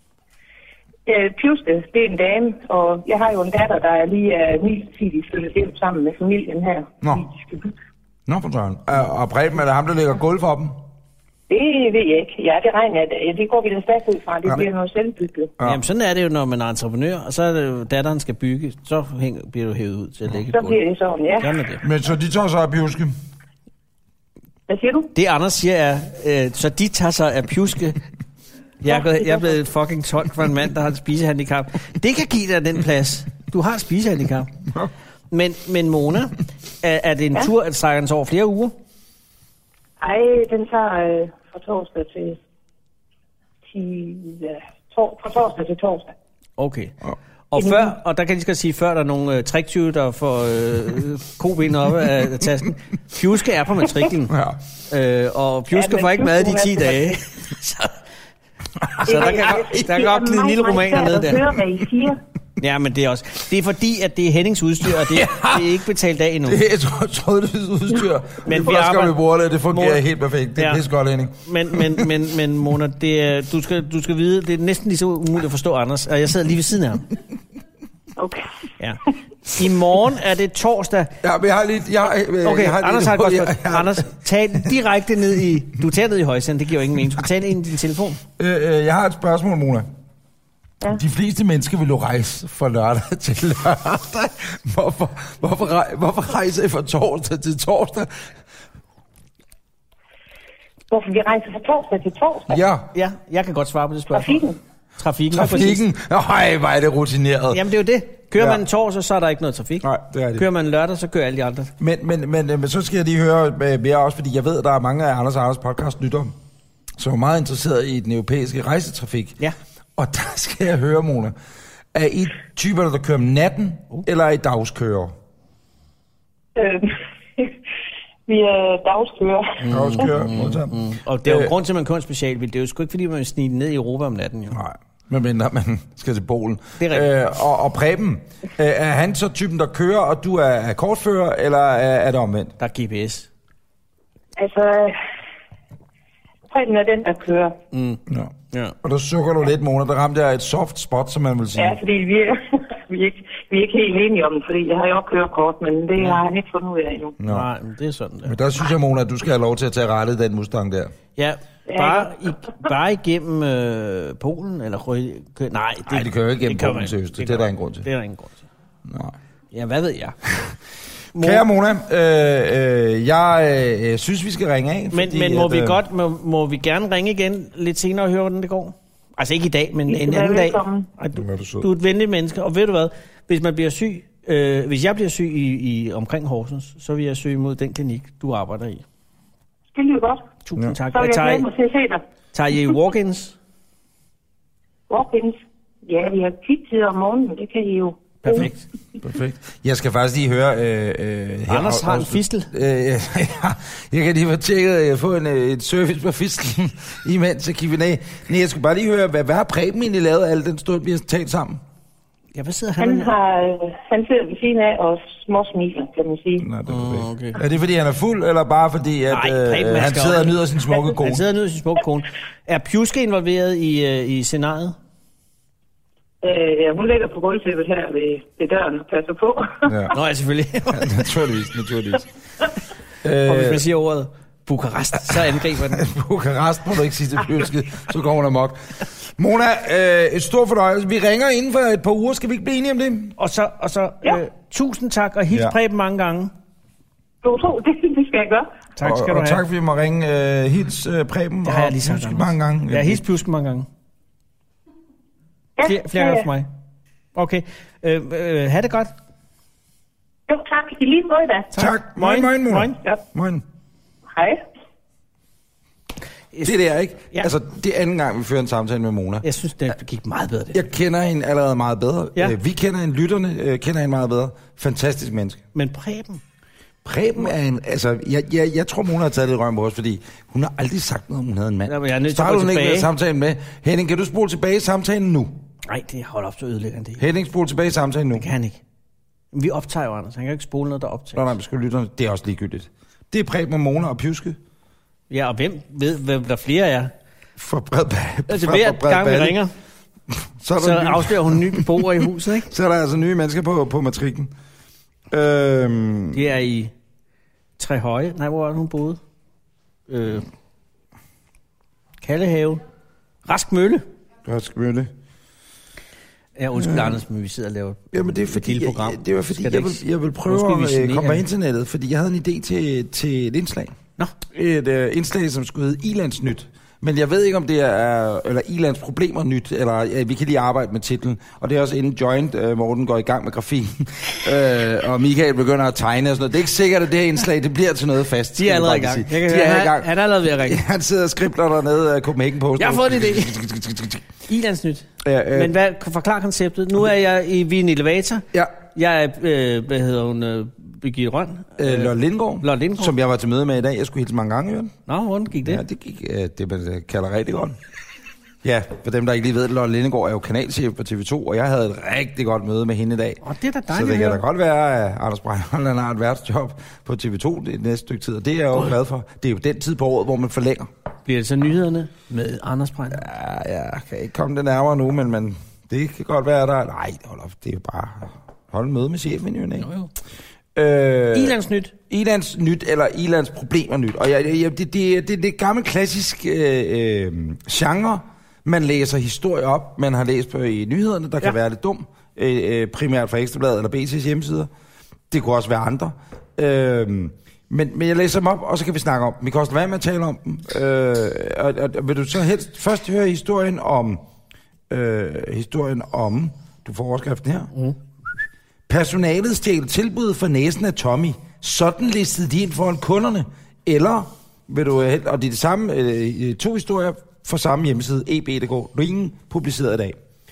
øh, Pjuske, det er en dame, og jeg har jo en datter, der er lige er midlertidigt flyttet hjem sammen med familien her. Nå. De skal bygge. Nå, for søren. Og, og Preben, er det ham, der lægger gulv for dem? Det ved jeg ikke. Ja, det regner jeg. Ja, det går vi da stærkt ud fra. Det Ja. bliver noget selvbygget. Ja. Jamen, sådan er det jo, når man er entreprenør, og så er det jo, datteren skal bygge, så hænger, bliver du hævet ud til at lægge Så et bliver gulv. det sådan, ja. Sådan er det. Men så de tager sig af Pjuske? Hvad siger du? Det Anders siger er, øh, så de tager sig af Pjuske. Jeg er, blevet, jeg er blevet et fucking tolk for en mand, der har et spisehandicap. Det kan give dig den plads. Du har et spisehandicap. Men, men Mona, er, er det en Ja? tur, at strækker den sig over flere uger? Ej, den tager øh, fra torsdag til... til ja, tor, fra torsdag til torsdag. Okay. Og før, og der kan jeg lige skal sige, før der er nogle øh, triktyve, der får øh, koben op af, af tasken. Pjuske er på matriklen. Ja. Øh, og Pjuske Ja, får men ikke mad i de Pjuske ti er på dage. så, så der kan, godt- der kan godt glide en lille romaner ned der. der. Hvad I siger. Ja, men det er også... Det er fordi, at det er Hennings udstyr, og det, det er ikke betalt af endnu. Det er tro- trådløst udstyr. Men Men vi vi første gang, arbejder- vi bruger det, det fungerer Mona- helt perfekt. Det er Ja. ja. pisse godt, Henning. Men, men, men, men Mona, det er, du, skal, du skal vide, det er næsten lige så umuligt at forstå Anders, og jeg sidder lige ved siden af ham. Okay. Ja. I morgen er det torsdag. Ja, men jeg har lige... Jeg, jeg, Okay, jeg har Anders lige, har et godt jeg, spørgsmål. jeg, Anders, tal direkte ned i... Du tager ned i højsenden, det giver jo ingen mening. Du skal tale ind i din telefon. øh, øh, jeg har et spørgsmål, Mona. Ja. De fleste mennesker vil jo rejse fra lørdag til lørdag. Hvorfor, hvorfor, rej, hvorfor rejser I fra torsdag til torsdag? Hvorfor vi rejser fra torsdag til torsdag? Ja, Ja, jeg kan godt svare på det spørgsmål. Trafikken. Trafikken. lige præcis. trafikken. Nej, hvor er det rutineret. Jamen, det er jo det. Kører Ja. man en torsdag, så er der ikke noget trafik. Nej, det er det. Kører man en lørdag, så kører alle de andre. Men, men, men, men så skal jeg lige høre øh, mere også, fordi jeg ved, at der er mange af Anders og Anders podcast lytter, som er meget interesseret i den europæiske rejsetrafik. Ja. Og der skal jeg høre, Mona, er I typer, der kører om natten, uh. eller er I dagskører? Øh, vi er dagskører. Dagskører, modtaget. Mm. Og det er jo Øh. grund til, at man kører en specialbil. Det er jo sgu ikke, fordi man vil snige ned i Europa om natten, jo. Nej, medmindre man skal til Polen. Det er rigtigt. Øh, og, og Preben, øh, er han så typen, der kører, og du er, er kortfører, eller er, er det omvendt? Der er G P S. Altså, Preben er den, der kører. Mm. Ja. Ja. Og der sukker du lidt, Mona. Der ramte jeg et soft spot, som man vil sige. Ja, fordi vi er, vi, er ikke, vi er ikke helt enige om det, fordi jeg har jo også kørekort, men det har han ikke fundet ud af endnu. Nå. Nej, men det er sådan der. Men der synes jeg, Mona, at du skal have lov til at tage rettet den Mustang der. Ja, bare, i, bare igennem øh, Polen, eller... Rø- kø- nej, det, Nej, det kører ikke igennem det kører Polen man til ikke. Østrig. Det er gør der man ingen grund til. Det er der ingen grund til. Nej. Ja, hvad ved jeg? Kære Mona, øh, øh, jeg øh, synes, vi skal ringe af. Men, fordi, men må, at, vi øh, godt, må, må vi gerne ringe igen lidt senere og høre, hvordan det går? Altså ikke i dag, men I en skal anden være dag. velkommen. Ej, du, Nu er du sød. du er et venligt menneske, og ved du hvad? Hvis man bliver syg, øh, hvis jeg bliver syg i, i omkring Horsens, så vil jeg søge imod den klinik, du arbejder i. Det lyder godt. Tusind Ja. tak. Så vil jeg tager, glæde mig til at se dig. tager I walk-ins? Walk-ins. Ja, vi har kigtider om morgenen, det kan I jo. Perfekt. Perfekt. Jeg skal faktisk lige høre... Øh, øh, her, Anders har en afslut- fistel. Øh, ja, jeg kan lige få tjekket at få en, øh, et service på fistlen, imens jeg kigger ned. Nej, jeg skal bare lige høre, hvad, hvad har Preben egentlig lavet af al den stund, vi har talt sammen? Ja, hvad sidder han Han, med? har, øh, han sidder ved siden af og småsmiler, kan man sige. Nej, det er, Åh, okay. okay. Er det fordi, han er fuld, eller bare fordi, at Nej, øh, Preben, han han skal sidder og også- nyder sin smukke kone? Han sidder nede i sin smukke kone. Er Pjuske involveret i, øh, i scenariet? Øh, ja, hun ligger på gulvtæppet her ved, ved døren og passer på. Ja. Nå, ja, selvfølgelig. Naturligvis, naturligvis. Og hvis man Øh, siger ordet Bukarest, så angriber den. Bukarest må du ikke sige til Pjøsket, så går hun amok. Mona, øh, et stort fornøjelse. Vi ringer inden for et par uger. Skal vi ikke blive enige om det? Og så, og så Ja. øh, tusind tak, og hils Ja. ja. Preben mange gange. Du to, det, det skal jeg gøre. Tak skal og, du og have. tak fordi vi må ringe. Øh, hils øh, Preben. Det har jeg og lige sagt, Pjøsket Anders. mange gange. Jeg har hils Pjuske mange gange. Ja, Flere, flere ja, gange ja. for mig. Okay. Øh, øh, ha' det godt. Jo, tak. I lige måde da. Tak. Moin, moin, Mona. Moin. Ja. Moin. Hej. Det der, ikke? Ja. Altså, det er anden gang, vi fører en samtale med Mona. Jeg synes, det gik meget bedre. Det. Jeg kender hende allerede meget bedre. Ja. Øh, Vi kender hende, lytterne øh, kender hende meget bedre. Fantastisk menneske. Men Preben, Preben er en... Altså, jeg, jeg, jeg tror, Mona har taget lidt røven på os, fordi hun har aldrig sagt noget, om hun havde en mand. Nå, men jeg er nødt til at Starter gå hun ikke med tilbage. samtalen med? Henning, kan du spole tilbage i samtalen nu? nej, det holder op, så ødelægger han det. Henning, spole tilbage i samtalen nu. Det kan han ikke. Men vi optager jo, Anders. Han kan jo ikke spole noget, der optager. Nå, nej, vi skal lytte. Det er også ligegyldigt. Det er Preben og Mona og Pjuske. Ja, og hvem ved, hvem der flere er? For bred Altså hver gang vi ringer, så er der, så nye, afslører hun en ny beboer i huset, ikke? så er der altså nye mennesker på, på matrikken. Øhm, Det er i Trehøje. Nej, hvor er det, hun boede? Øh, Kallehave. Rask Mølle. Rask Mølle. Ja, undskyld, Anders, men vi sidder og laver Jamen det er et fordi, lille jeg, program. jeg, det var fordi Skal jeg det vil, ikke- jeg vil prøve Nu skal vi at genere øh, komme på hende. internettet, fordi jeg havde en idé til, til et indslag. Nå, Et øh, indslag, som skulle hedde Ilandsnyt. Men jeg ved ikke, om det er, eller Ilands Problemer Nyt, eller ja, vi kan lige arbejde med titlen. Og det er også inden Joint, øh, Morten går i gang med grafikken, øh, og Michael begynder at tegne og sådan noget. Det er ikke sikkert, at det her indslag, det bliver til noget fast. de er skal jeg allerede i bare gang. sige. Jeg kan De høre, er i han, gang. han er allerede ved at ringe. Han sidder og skribler dernede af Copenhagen Post. Jeg har fået en idé. Ilandsnyt. Ja, øh, Men hvad, forklar konceptet. Nu er jeg i vi er en elevator. ja, Jeg er, øh, hvad hedder hun, øh, Birgitte Røn. øh, Lotte Lindgaard, Lotte Lindgaard. som jeg var til møde med i dag. Jeg skulle hilse mange gange, Jørgen. Nå, hvordan gik det? Ja, det gik, øh, det man øh, kalder rigtig godt. Ja, for dem, der ikke lige ved det, Lotte Lindgaard er jo kanalchef på T V to, og jeg havde et rigtig godt møde med hende i dag. Åh, det er da Så dejligt det at kan da høre. godt være, at Anders Breinholt han har et værtsjob på T V to det næste stykke tid, og det er jeg jo glad for. Det er jo den tid på året, hvor man forlænger. Bliver det så nyhederne med Anders Brein? Ja, jeg kan ikke komme det nærmere nu, men, men det kan godt være, der... Nej, hold op, det er jo bare holde møde med chefen, jo, ikke? Jo, jo. Øh, Ilandsnyt. Ilands nyt, eller Ilands problemer nyt. Og jeg, jeg, det, det, det, det er gammel klassisk øh, øh, genre. Man læser historie op, man har læst på i nyhederne, der kan Ja. være lidt dum. Øh, øh, primært fra Ekstrabladet eller B T's hjemmesider. Det kunne også være andre. Øh, men, men jeg læser dem op, og så kan vi snakke om dem. Vi kan også lade være med at tale om dem. Øh, og, og vil du så helst først høre historien om... Øh, historien om... Du får overskriften her. Mm. Personalet stjal tilbud for næsen af Tommy. Sådan listede de ind foran kunderne. Eller, vil du, øh, og det er det samme, øh, to historier fra samme hjemmeside, E B punktum d k, Ringen, publiceret i dag.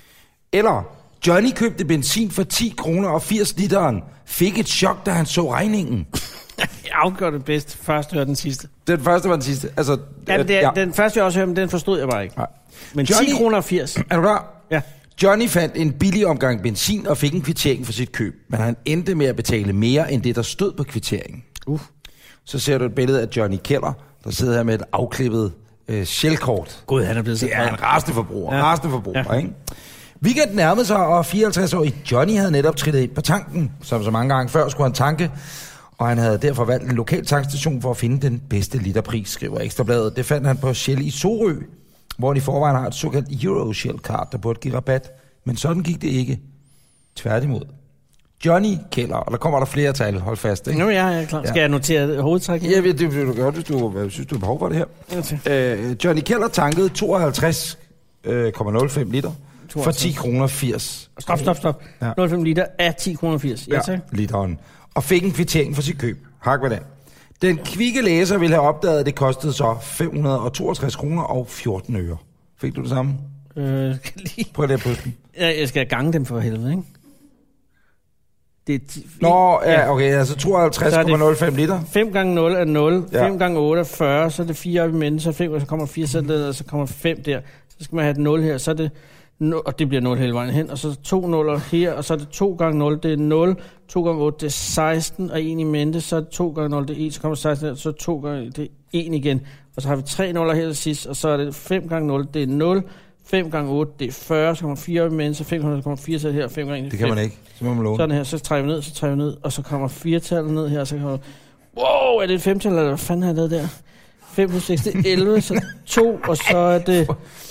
Eller, Johnny købte benzin for ti kroner og firs literen. Fik et chok, da han så regningen. Jeg afgjorde det bedst. Først hørte den sidste. Den første var den sidste. Altså, Ja, øh, det er, den første, jeg også hørte, men den forstod jeg bare ikke. Nej. Men Johnny- ti kroner og firs. Er du klar? Ja. Johnny fandt en billig omgang benzin og fik en kvittering for sit køb. Men han endte med at betale mere end det, der stod på kvitteringen. Uh. Så ser du et billede af Johnny Keller, der sidder her med et afklippet øh, shellkort. Gud, han er blevet så Det er en rasende forbruger. Ja. Ja. Rasende forbruger, Ja. ikke? Weekenden nærmede sig, og fireoghalvtreds-årig Johnny havde netop trillet ind på tanken. Som så mange gange før skulle han tanke, og han havde derfor valgt en lokal tankstation for at finde den bedste literpris, skriver Ekstrabladet. Det fandt han på Shell i Sorø, hvor han i forvejen har et såkaldt Euro Shell-kart, der burde give rabat. Men sådan gik det ikke. Tværtimod. Johnny Keller, og der kommer der flere tal, hold fast, ikke? Nå, ja, jeg er klar. Ja. Skal jeg notere hovedtræk her? Ja, det vil du gøre, hvis du synes, du har behov for det her. Okay. Øh, Johnny Keller tankede tooghalvtreds komma nul fem liter for ti kroner firs. Stop, stop, stop. Ja. nul komma fem liter af ti kroner firs. Ja, ja, literen. Og fik en kvittering for sit køb. Hak hvad det. Den kvikke læser ville have opdaget, at det kostede så fem hundrede og toogtres kroner og fjorten øre. Fik du det samme? Øh, lige... Prøv det at ja, jeg skal gange dem for helvede, ikke? Det er ti... Nå, ja, okay, altså tooghalvtreds komma nul fem liter. fem gange nul er nul, ja. fem gange otte er fyrre, så er det fire op i midten, så fem, og så kommer fire sæt ned, og så kommer fem der. Så skal man have et nul her, så er det nul, og det bliver nul hele vejen hen, og så to nuller her, og så er det to gange nul, det er nul, to gange otte, det er seksten, og en i mente, så er det to gange nul, det er en, så kommer seksten her, så to gange, det er en igen, og så har vi tre nuller her til sidst, og så er det fem gange nul, det er nul, fem gange otte, det er fyrre, så kommer fire op i mente, så fem gange nul, så kommer fire sæt her, fem gange det kan man ikke, så må man låne. Sådan her, så trækker vi ned, så trækker vi ned, og så kommer fire-tallet ned her, og så kommer, wow, er det et femtal, eller hvad fanden har jeg lavet der? fem plus seks, det er elleve, så to, og så er det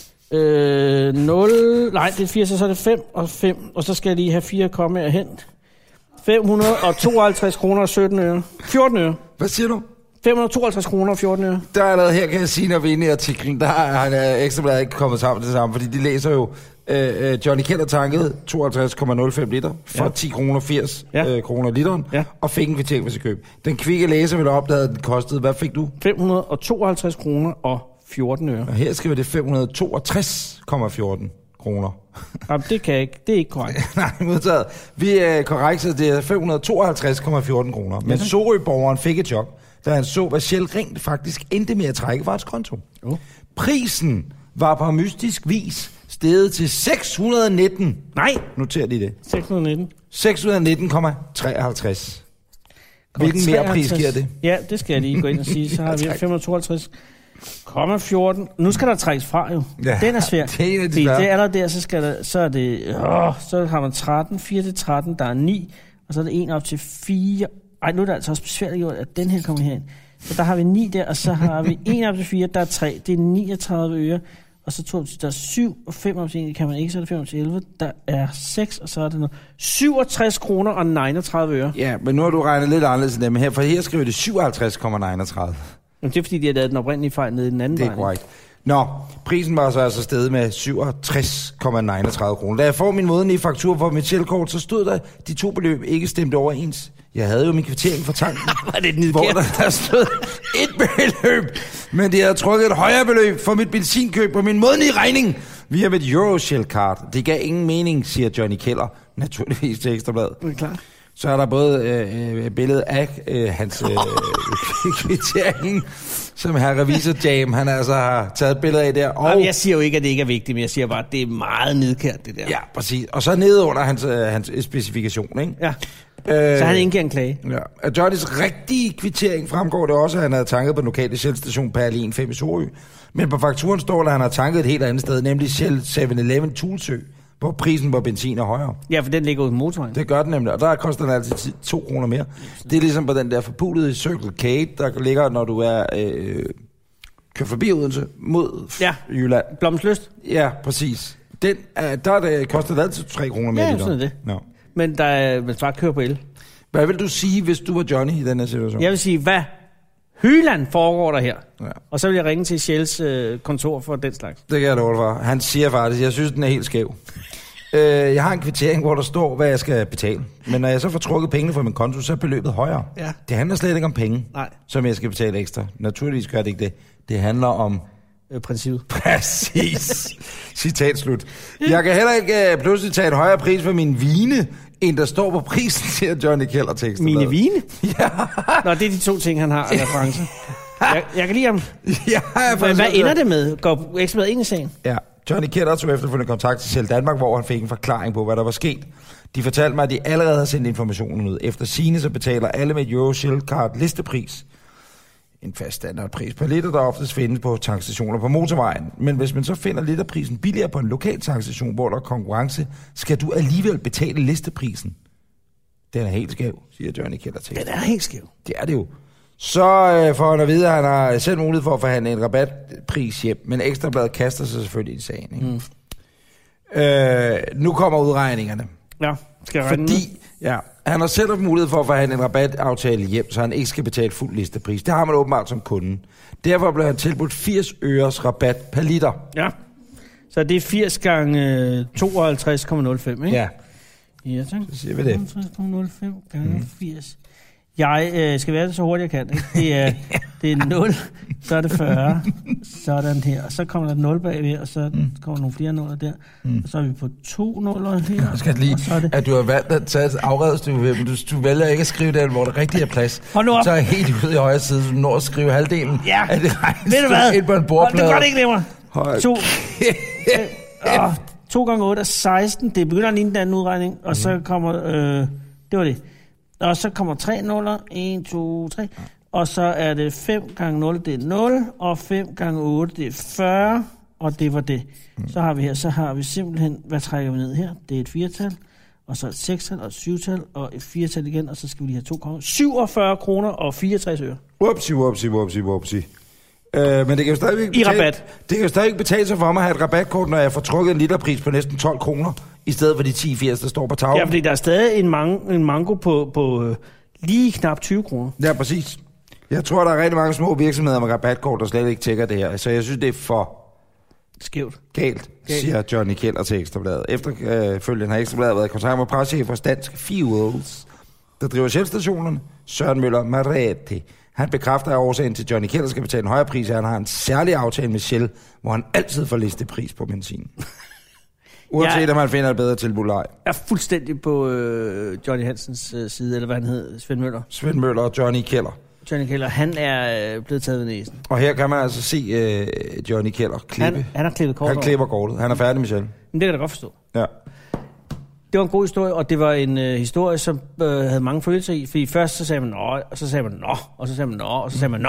øh, nul, nej, det er fire, så er det fem og fem, og så skal jeg lige have fire kommaer hen. fem hundrede og tooghalvtreds kroner og sytten øre. fjorten øre. Hvad siger du? fem hundrede og tooghalvtreds kroner og fjorten øre. Der er allerede her, kan jeg sige, når vi er inde i artiklen, der har han Ekstrabladet ikke kommet sammen til det samme, fordi de læser jo, øh, Johnny Keller tankede tooghalvtreds komma nul fem liter for ja. ti kroner firs ja. øh, kroner literen, ja. og fik en kvittering for sit køb. Den kvikke læser ville opdage, at den kostede, hvad fik du? fem hundrede og tooghalvtreds kroner og fjorten øre. Og her skriver det fem hundrede og toogtres komma fjorten kroner. Jamen, det kan jeg ikke. Det er ikke korrekt. Nej, modtaget. Vi er korrekt, så det er fem hundrede og tooghalvtreds komma fjorten kroner. Men ja. Sorø-borgeren fik et chok, da han så, hvad Shell rent faktisk endte med at trække fra hans konto. Oh. Prisen var på mystisk vis steget til seks hundrede og nitten. Nej! Noter lige det. seks hundrede og nitten. seks hundrede og nitten komma treoghalvtreds. Hvilken mere pris giver det? Ja, det skal jeg lige gå ind og sige. Så har vi fem hundrede og tooghalvtreds komma fjorten. Nu skal der trækkes fra jo. Ja, den er svær. Det er, det er allerede der, så, skal der, så er det... Åh, så har man tretten, fire til tretten, der er ni, og så er det en op til fire. Ej, nu er det altså også svært gjort, at den her kommer herind. Så der har vi ni der, og så har vi en op til fire, der er tre. Det er niogtredive øre. Og så to, der er syv, og fem op til en, kan man ikke, så er det fem op til elleve. Der er seks, og så er det noget. syvogtres kroner og niogtredive øre. Ja, men nu har du regnet lidt anderledes end dem her, for her skriver det syvoghalvtreds komma niogtredive. Jamen, det er fordi, de har lavet den oprindelige fejl nede i den anden vej. Det er korrekt. Nå, prisen var så altså steget med syvogtres komma niogtredive kroner. Da jeg får min månedlige faktur for mit Shell-kort, så stod der, de to beløb ikke stemte overens. Jeg havde jo min kvittering for tanken, var det den hvor der, der stod et beløb, men de havde trukket et højere beløb for mit benzinkøb på min månedlige regning via mit Euroshell-kart. Det gav ingen mening, siger Johnny Keller, naturligvis til Ekstrabladet. Det er klart. Så er der både øh, et billede af øh, hans øh, kvittering, som her revisor Jam, han altså har taget billeder af der. Og jamen, jeg siger jo ikke, at det ikke er vigtigt, men jeg siger bare, at det er meget nedkært, det der. Ja, præcis. Og så nede under hans, øh, hans specifikation, ikke? Ja. Øh, så han indgiver en klage. Ja. Af Johnnys rigtige kvittering fremgår det også, at han havde tanket på den lokale Shell-station Perlin fem i Sorø. Men på fakturen står der, at han har tanket et helt andet sted, nemlig Shell syv eleven Tulsø, hvor prisen på benzin er højere. Ja, for den ligger ud i motorvejen. Det gør den nemlig, og der koster den altid to kroner mere. Det er ligesom på den der forpulede Circle K, der ligger, når du er øh, kører forbi Odense mod ja. Jylland. Blommenslyst. Ja, præcis. Den, øh, der det, koster det altid tre kroner mere. Ja, sådan det. No. Men der er vel bare kører på el. Hvad vil du sige, hvis du var Johnny i den her situation? Jeg vil sige, hvad Hyland foregår der her? Ja. Og så vil jeg ringe til Shells øh, kontor for den slags. Det kan jeg love for. Han siger faktisk, jeg synes, den er helt skæv. øh, jeg har en kvittering, hvor der står, hvad jeg skal betale. Men når jeg så får trukket pengene fra min konto, så er beløbet højere. Ja. Det handler slet ikke om penge, nej, som jeg skal betale ekstra. Naturligvis gør det ikke det. Det handler om... Øh, princippet. Præcis. Citat slut. Jeg kan heller ikke øh, pludselig tage en højere pris for min vine, end der står på prisen, siger Johnny Keller teksten. Mine vine? Ja. Nå, det er de to ting, han har af reference. Jeg, jeg kan lide ham. Ja, hvad hvad ender det med? Går Ekstrabladet ind i sagen? Ja, Johnny Keller tog efterfølgende kontakt til Shell Danmark, hvor han fik en forklaring på, hvad der var sket. De fortalte mig, at de allerede har sendt informationen ud. Efter sigende så betaler alle med Euroshell-kart listepris. En fast standardpris per liter, der oftest findes på tankstationer på motorvejen. Men hvis man så finder literprisen billigere på en lokal tankstation, hvor der er konkurrence, skal du alligevel betale listeprisen. Den er helt skæv, siger Johnny Keller til. Den er helt skæv. Det er det jo. Så øh, får han at vide, at han har selv mulighed for at forhandle en rabatpris hjem, men Ekstrabladet kaster sig selvfølgelig i sagen. Ikke? Mm. Øh, nu kommer udregningerne. Ja, skal jeg Fordi, ja, Han har selv haft mulighed for at forhandle en rabataftale hjem, så han ikke skal betale fuld listepris. Det har man åbenbart som kunde. Derfor blev han tilbudt firs øres rabat per liter. Ja. Så det er firs gange tooghalvtreds komma nul fem, ikke? Ja. Ja, tak. Så siger vi det. tooghalvtreds komma nul fem gange mm. firs. Jeg øh, skal være det så hurtigt, jeg kan. Ikke? Det, er, det er nul, så er det fyrre. Sådan her. Og så kommer der et nul bagved, og så mm. kommer nogle flere nuller der. Mm. Og så er vi på to nuller her. Jeg skal lige, det... at du har valgt at tage et afredstykke, men du, du vælger ikke at skrive det, hvor det rigtig er plads. Hold nu op. Så er helt ude i højre side, så du når at skrive halvdelen ja. af det Ved du hvad? ind på en bordplade. Det er godt ikke nemmere. Hold. To. øh, åh, to gange otte er seksten. Det begynder at ligne den anden udregning. Og mm. så kommer... Øh, det var det. Og så kommer tre nuller. en, to, tre. Og så er det fem gange nul, det er nul. Og fem gange otte, det er fyrre. Og det var det. Mm. Så har vi her, så har vi simpelthen, hvad trækker vi ned her? Det er et firetal. Og så et sekstal og et syvtal og et firetal igen. Og så skal vi lige have to kroner. syvogfyrre kroner og fireogtres øre. Whoopsie, whoopsie, whoopsie, whoopsie. Øh, men det kan jo stadigvæk betale, I rabat. Det kan jo stadig betale sig for mig at have et rabatkort, når jeg får trukket en literpris på næsten tolv kroner, i stedet for de ti firs, der står på tavlen. Ja, fordi der er stadig en, mang- en mango på, på øh, lige knap tyve kroner. Ja, præcis. Jeg tror, der er rigtig mange små virksomheder med rabatkort, der slet ikke tjekker det her. Så jeg synes, det er for... skævt. Galt, Galt, siger Johnny Keller til Ekstrabladet. Efterfølgende har Ekstrabladet været i kontakt med preschef hos Dansk Fuels, der driver Shell-stationerne, Søren Møller Maretti. Han bekræfter, at årsagen til, at Johnny Keller skal betale en højere pris, at han har en særlig aftale med Shell, hvor han altid får listepris på benzin. Uanset ja, om man finder et bedre tilbud eller ej. Jeg er fuldstændig på øh, Johnny Hansens øh, side, eller hvad han hed, Svend Møller. Svend Møller og Johnny Keller. Johnny Keller, han er øh, blevet taget ved næsen. Og her kan man altså se øh, Johnny Keller klippe. Han, han har klippet kortet. Han klipper kortet. Han er færdig med Shell. Men det kan jeg da godt forstå. Ja. Det var en god historie, og det var en øh, historie, som øh, havde mange følelser i. Fordi først så sagde man nå, og så sagde man nå, og så sagde man nå, og så sagde man nå.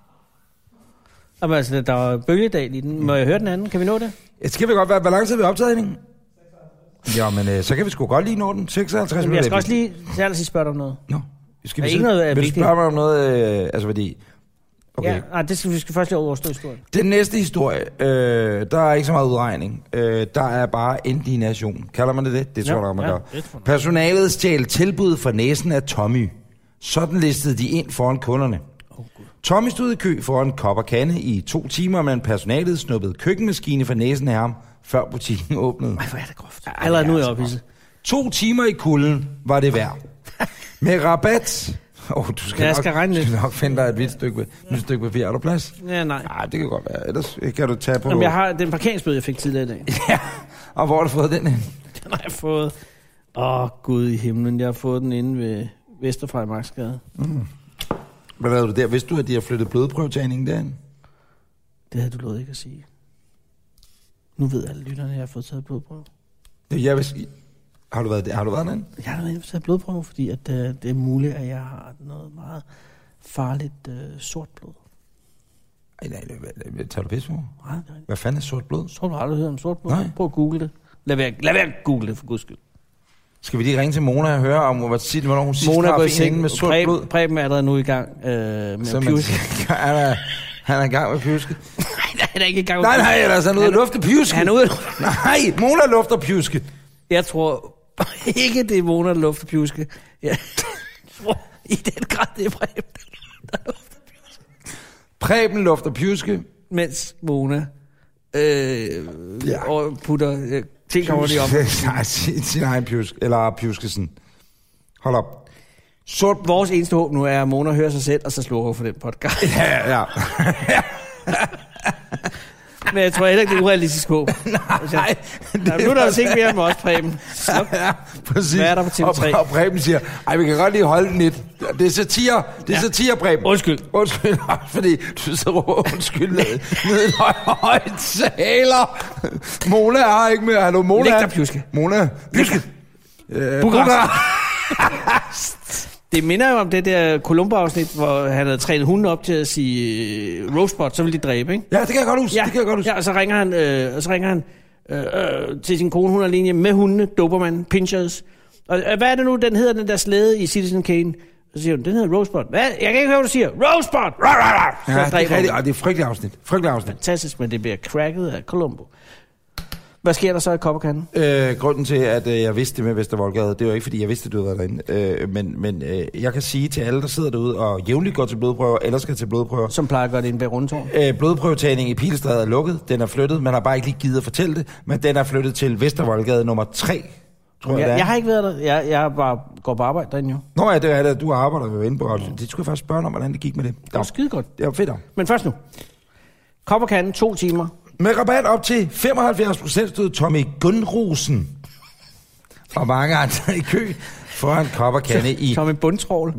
Og altså, der var bølgedal i den. Må jeg høre den anden? Kan vi nå det? Ja, skal vi godt være balance ved optagningen? Ja, men øh, så kan vi sgu godt lige nå den. seksoghalvtreds minutter. Jeg skal også lige til allersidst spørge dig om noget. Nå. Skal er vi ikke noget vil du spørge mig om noget, øh, altså fordi... Okay. Ja, nej, det skal, vi skal først lige overstå historien. Den næste historie, øh, der er ikke så meget udregning. Øh, der er bare indignation. Kalder man det det? Det tror jeg, man ja, gør. Personalet stjal tilbud fra næsen af Tommy. Sådan listede de ind foran kunderne. Oh, Tommy stod i kø foran en kop og kande i to timer, men personalet snuppede køkkenmaskine fra næsen af ham, før butikken åbnede. Ej, hvor er det groft. Ja, allerede nu er jeg ophidset. To timer i kulden var det værd. Med rabat... Oh, du skal, ja, nok, skal regne du skal nok finde dig et hvidt stykke, et stykke papir. Er du plads? Ja, nej. Nej, det kan godt være. Ellers kan du tage på... Jamen, jeg har den parkeringsbøde, jeg fik tidligere i dag. Ja, og hvor har du fået den hen? Den har jeg fået... Åh, oh, Gud i himlen. Jeg har fået den inde ved Vesterfra i Marksgade. Mm. Hvad lavede du der? Vidste du, at de har flyttet blodprøvetagningen derhen? Det havde du lovet ikke at sige. Nu ved alle lytterne, at jeg har fået taget blodprøve. Jeg vil sige... Har du været der? Har du været derinde? Jeg har været taget blodprøve, fordi at, uh, det er muligt, at jeg har noget meget farligt uh, sort blod. Ej, nej, nej, tager du pisse på? Nej, nej. Hvad fanden er sort blod? Tror du aldrig hørt om sort blod? Nej. Prøv at google det. Lad være, lad være at google det, for guds skyld. Skal vi lige ringe til Mona og høre om, hvornår hun sidst har haft en med sort Preben, blod? Preben er allerede nu i gang øh, med at pjuske. Han er, han er i gang med at pjuske. Nej, han er ikke i gang med Nej, nej, ellers han er ude at lufte pjuske. Han er ude Nej, Mona lufter pjuske. Jeg tror ikke, det er Mona, der lufter pjuske. Jeg tror i den grad, det er Preben, der lufter pjuske. Preben lufter pjuske. Mens Mona øh, ja. og putter øh, ting over lige op. Nej, sin, sin egen pjusk, eller pjuskesen. Hold op. Sort. Vores eneste håb nu er, at Mona hører sig selv, og så slukker for den podcast. Ja, ja. Men jeg tror heller ikke, det er urealistisk håb. Nej, nej. Der, nu er der jo ikke mere med os, Preben. Så, ja, præcis. hvad er der på T V tre? Og, og Preben siger, ej, vi kan godt lige holde den lidt. Det er satire. Det er ja. satire, Preben. Undskyld. Undskyld, fordi du så råber undskyld ned, ned en højt taler. Mona er ikke mere. Hallo, Mona. Læg dig, pjuske. Mona. Pjuske. Øh, Mona. Det minder jo om det der Columbo-afsnit, hvor han havde trænet hunden op til at sige uh, roastbot, så ville de dræbe, ikke? Ja, det kan jeg godt huske. Ja, det kan jeg godt huske. Ja, og så ringer han, øh, og så ringer han øh, øh, til sin kone, hun er alene med hundene, Doberman, Pinchers. Og øh, hvad er det nu, den hedder, den der slæde i Citizen Kane? Så siger hun, den hedder roastbot. Hvad? Jeg kan ikke høre, hvad du siger. Roastbot! Så ja, det er, rigtig, det er frygtelig afsnit. Frygtelig afsnit. Fantastisk, men det bliver cracket af Columbo. Hvad sker der så i Kop og Kande? Øh, grunden til, at øh, jeg vidste det med Vestervoldgade, det var ikke, fordi jeg vidste, at du var derinde. Øh, men men øh, jeg kan sige til alle, der sidder derude og jævnligt går til blodprøver, eller skal til blodprøver. Som plejer at gøre det inde bag Rundetårn. Øh, blodprøvetagning i Pilestræde er lukket. Den er flyttet. Man har bare ikke lige givet at fortælle det. Men den er flyttet til Vestervoldgade nummer tre. Tror jeg, jeg, jeg, jeg har ikke været der. Jeg, jeg bare går på arbejde derinde jo. Nå ja, det er det. Du arbejder jo inde på radio. Det skulle jeg faktisk spørge om, hvordan det gik med det. Det var skide godt. Det var fedt. Men først nu. Kop og Kande, to timer. Med rabat op til femoghalvfjerds procent stod Tommy Gunrosen og mange andre i kø foran Kop og Kande i... Tommy Bundtrål.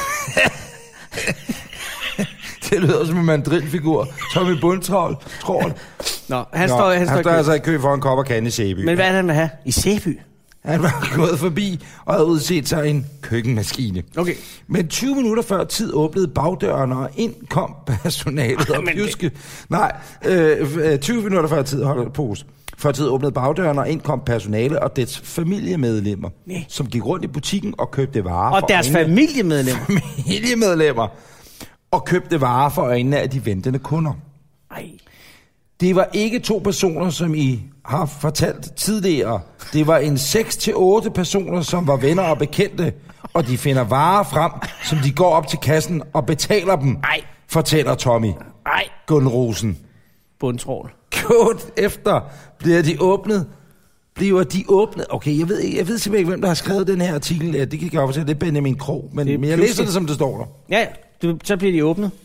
Det lyder som en mandrilfigur. Tommy Bundtrål. Nå, han Nå, står, han han står, står altså i kø foran Kop og Kande i Sæby. Men hvad er det, han vil have? I Sæby? Han var gået forbi og havde udset sig en køkkenmaskine. Okay. Men tyve minutter før tid åbnede bagdøren, og ind kom personalet og pjuske. Nej, øh, tyve minutter før tid, hold pose. Før tid åbnede bagdøren, og ind kom personale og dets familiemedlemmer, Nej. som gik rundt i butikken og købte varer Og for deres øjnene. familiemedlemmer. Familiemedlemmer. Og købte varer for øjnene af de ventende kunder. Ej. Det var ikke to personer, som I har fortalt tidligere. Det var en seks til otte personer, som var venner og bekendte, og de finder varer frem, som de går op til kassen og betaler dem, Ej. fortæller Tommy. Ej. Gunrosen. Bundtrål. Kort efter bliver de åbnet. Bliver de åbnet? Okay, jeg ved, ikke, jeg ved simpelthen ikke, hvem der har skrevet den her artikel. Ja, det kan jeg godt fortælle, det er Benjamin Krog. Men, Det er men jeg pludselig. læser det, som det står der. Ja, ja. Du, så bliver de åbnet.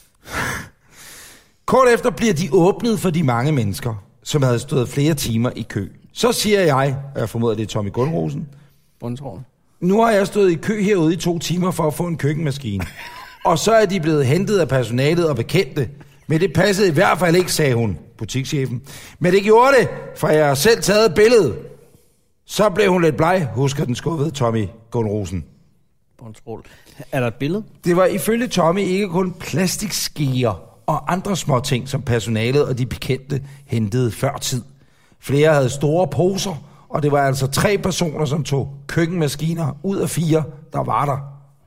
Kort efter bliver de åbnet for de mange mennesker, som havde stået flere timer i kø. Så siger jeg, og jeg formoder, det er Tommy Gunrosen, Bundtrål. nu har jeg stået i kø herude i to timer for at få en køkkenmaskine. Og så er de blevet hentet af personalet og bekendte. Men det passede i hvert fald ikke, sagde hun, butikschefen. Men det gjorde det, for jeg har selv taget billedet. Så blev hun lidt bleg, husker den skuffede Tommy Gunrosen. Bundtrål. Er der et billede? Det var ifølge Tommy ikke kun plastikskeer og andre små ting, som personalet og de bekendte hentede før tid. Flere havde store poser, og det var altså tre personer, som tog køkkenmaskiner ud af fire, der var der.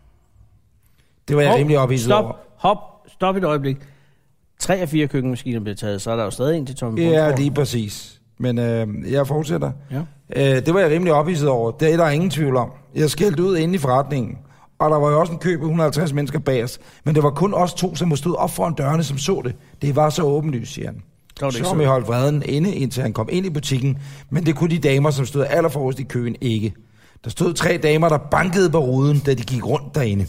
Det var jeg rimelig ophidset Stop. over. Hop. Stop et øjeblik. Tre af fire køkkenmaskiner bliver taget, så er der jo stadig en til Tommy Bundtrål. Ja, lige præcis. Men øh, jeg fortsætter. Ja. Øh, det var jeg rimelig ophidset over. Det er der ingen tvivl om. Jeg skældte ud inde i forretningen. Og der var jo også en kø på et hundrede og halvtreds mennesker bag os. Men det var kun os to, som stod op foran dørene, som så det. Det var så åbenlyst, siger han. Så vi holdt vreden inde, indtil han kom ind i butikken. Men det kunne de damer, som stod allerforrest i køen, ikke. Der stod tre damer, der bankede på ruden, da de gik rundt derinde.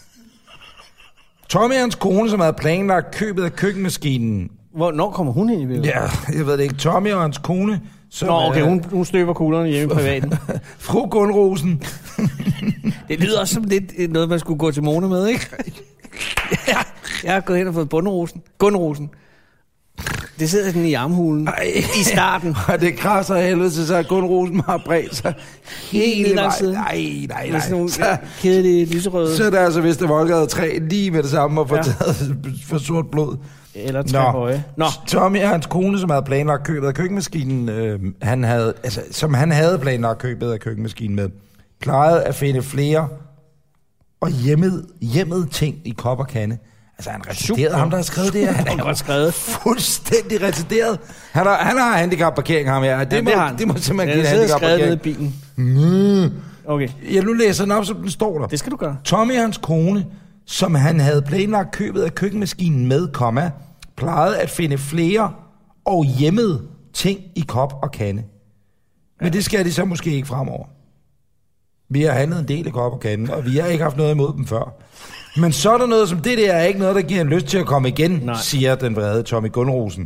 Tommy og hans kone, som havde planlagt købet af køkkenmaskinen. Hvornår kommer hun ind i billedet? Ja, jeg ved det ikke. Tommy og hans kone... Som Nå, okay, er, hun, hun støber kuglerne hjemme i privaten. Fru Gunrosen. Det lyder også som lidt noget, man skulle gå til Mona med, ikke? Ja, jeg har gået hen og fået bundrosen. Gunrosen. Det sidder sådan i armhulen. Ej. I starten. Og det krasser helvede til sig, at Gunrosen har bredt sig hele langs siden. vejen. Nej, nej, Med sådan nej. nogle Så, kedelige lyserøde. så er det altså, hvis det Voldgade tre lige med det samme og få Ja. taget for sort blod. Eller tre høje. Nå. Tommy og hans kone, som havde planlagt købet af køkkenmaskinen, øh, han havde, altså, som han havde planlagt købet af køkkenmaskinen med, plejede at finde flere og hjemmet, hjemmet ting i Kop og Kande. Altså, han retarderet ham, der har skrevet det her. Han Han var skrevet. fuldstændig retarderet. Han har, han har handicapparkering, ham her. Det, Ja, må, det har han. det må simpelthen Den give er en siddet skrevet nede i handicapparkering. bilen. Okay, Jeg nu læser den op, som den står der. det skal du gøre. Tommy og hans kone, som han havde planlagt købet af køkkenmaskinen med, komma, plejede at finde flere og hjemmede ting i Kop og Kande. Men ja. det skal de så måske ikke fremover. Vi har handlet en del i Kop og Kande, og vi har ikke haft noget imod dem før. Men så er der noget som det der, er ikke noget, der giver en lyst til at komme igen, Nej. siger den vrede Tommy Gunrosen.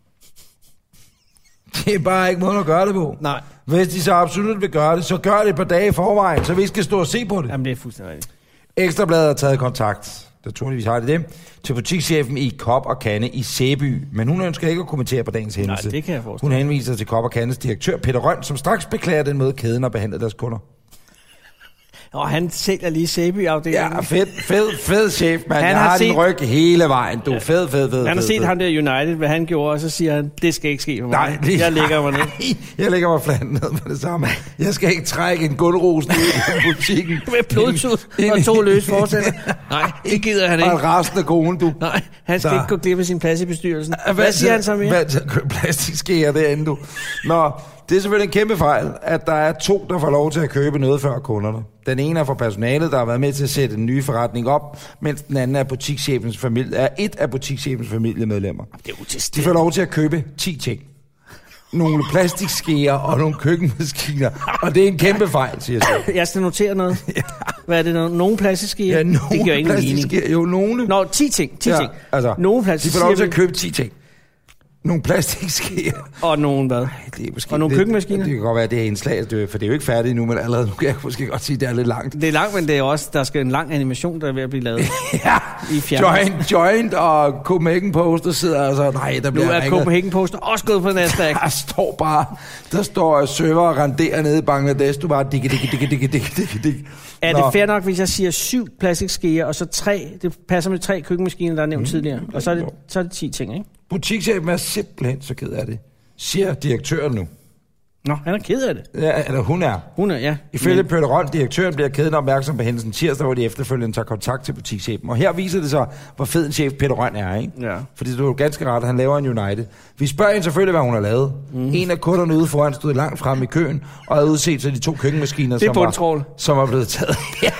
Det er bare ikke måden at gøre det på. Nej. Hvis de så absolut vil gøre det, så gør det et par dage i forvejen, så vi ikke skal stå og se på det. Jamen, det er fuldstændig rigtigt. Ekstrabladet har taget kontakt, naturligvis har det det, til butikschefen i Kop og Kande i Sæby, men hun ønsker ikke at kommentere på dagens hændelse. Nej, det kan jeg forestille. Hun henviser til Kop og Kandes direktør Peter Røn, som straks beklager den måde, kæden har behandlet deres kunder. Og han sælger lige Sæby-afdelingen. Ja, fed, fed, fed chef, mand. Han Jeg har har set- din ryg hele vejen. Du er fed, fed, fed. Han har fed, set fed. ham der United, hvad han gjorde, og så siger han, det skal ikke ske for mig. Nej, det- Jeg lægger mig ned. Jeg lægger mig fladt ned med det samme. Jeg skal ikke trække en guldrosen ud i butikken. Med blodtud Ind- og ind- to løse forsætter. Nej, det gider han Og en ikke. resten af konen, du. Nej, han skal Så- ikke gå glip af sin plads i bestyrelsen. Hvad siger han så mere? Hvad til at købe plastikskeer derinde, du? Nå, det er selvfølgelig en kæmpe fejl, at der er to, der får lov til at købe noget før kunderne. Den ene er for personalet, der har været med til at sætte en ny forretning op, mens den anden er butikschefens familie, er et af butikschefens familiemedlemmer. Det er De utilstændigt. får lov til at købe ti ting. Nogle plastikskeer og nogle køkkenmaskiner. Og det er en kæmpe fejl, siger jeg. Jeg skal notere noget. Hvad er det? Nogle, nogle plastiske? Ja, nogle det giver ingen mening. plastikskeer. Jo, nogle. Nå, ti ting. ti Ja, ting. altså, Nogle de plastiske får lov til at købe ti ting. Nogle plastikskeer. Og nogle hvad? Det er måske, Og nogle det, køkkenmaskiner? Det kan godt være, det er indslag, det- for det er jo ikke færdigt endnu, men allerede nu kan jeg måske godt sige, at det er lidt langt. Det er langt, men det er også, der skal en lang animation, der er ved at blive lavet. Ja, I fjernsynet. Joint, Joint og Copenhagen Poster sidder altså, nej, der Nu bliver er ringet. Copenhagen Post også gået på Nasdaq. Der står bare, der står server og renderer nede i Bangladesh, du bare digge, digge, digge, digge, digge, digge, digge. Er Nå. det fair nok, hvis jeg siger syv plastikskeer, og så tre, det passer med tre køkkenmaskiner, der er nævnt mm. tidligere, og så er, det, så er det ti ting, ikke? Butikschefen er simpelthen så ked af det, siger direktøren nu. Nå, han er ked af det. Ja, eller hun er. Hun er, ja. Ifølge Men- Peter Rold, direktøren, bliver kæden opmærksom på hændelsen tirsdag, hvor de efterfølgende tager kontakt til butikschefen. Og her viser det sig, hvor fed en chef Peter Røn er, ikke? Ja. Fordi det er jo ganske ret, han laver en United. Vi spørger hende selvfølgelig, hvad hun har lavet. Mm. En af kunderne ude foran stod langt frem i køen, og havde udset til de to køkkenmaskiner, Det er som, var, bundtrål. som var blevet taget. Ja,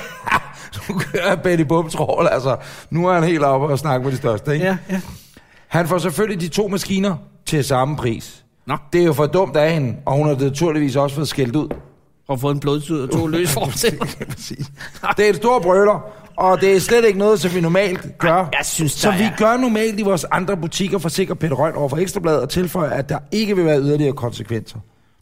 nu kører Betty Bumtrål, altså. Nu er han helt oppe og snakke med de største, ikke? Ja, ja. Han får selvfølgelig de to maskiner til samme pris. Nå. Det er jo for dumt af hende, og hun har naturligvis også fået skældt ud. Og fået en blodtud og to løs forsætter. Præcis. Det er et stort brøler, og det er slet ikke noget, som vi normalt gør. Jeg synes, der Som vi er- gør normalt i vores andre butikker, forsikrer Peter Røn over for Ekstrabladet og tilføjer, at der ikke vil være yderligere konsekvenser.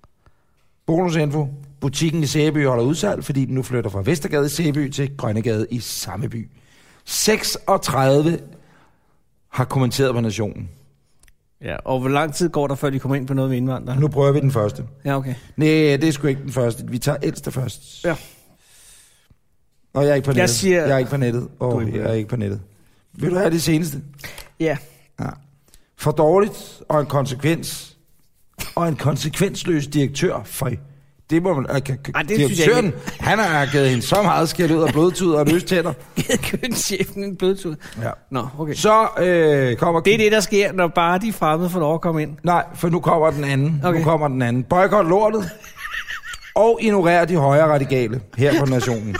Bonusinfo. Butikken i Sæby holder udsalg, fordi den nu flytter fra Vestergade i Sæby til Grønnegade i samme by. seksogtredive har kommenteret på Nationen. Ja, og hvor lang tid går der, før de kommer ind på noget med indvandrere? Nu prøver vi den første. Ja, okay. Nej, det er sgu ikke den første. Vi tager ældste først. Ja. Og jeg er ikke på nettet. Jeg siger- Jeg er ikke på nettet. Du er Og ikke på jeg er ikke på nettet. Vil du have det seneste? Ja. Ja. For dårligt og en konsekvens. Og en konsekvensløs direktør. For det må man... Kan, Ej, det synes jeg direktøren, han har givet hende så meget skæld ud af blodtud og løs tænder. Køkkenchefen en blodtud. Ja. Nå, okay. Så øh, kommer... Det er det, der sker, når bare de fremmede får lov at komme ind. Nej, for nu kommer den anden. Okay. Nu kommer den anden. Boykot lortet. Og ignorer de højre radikale her på Nationen.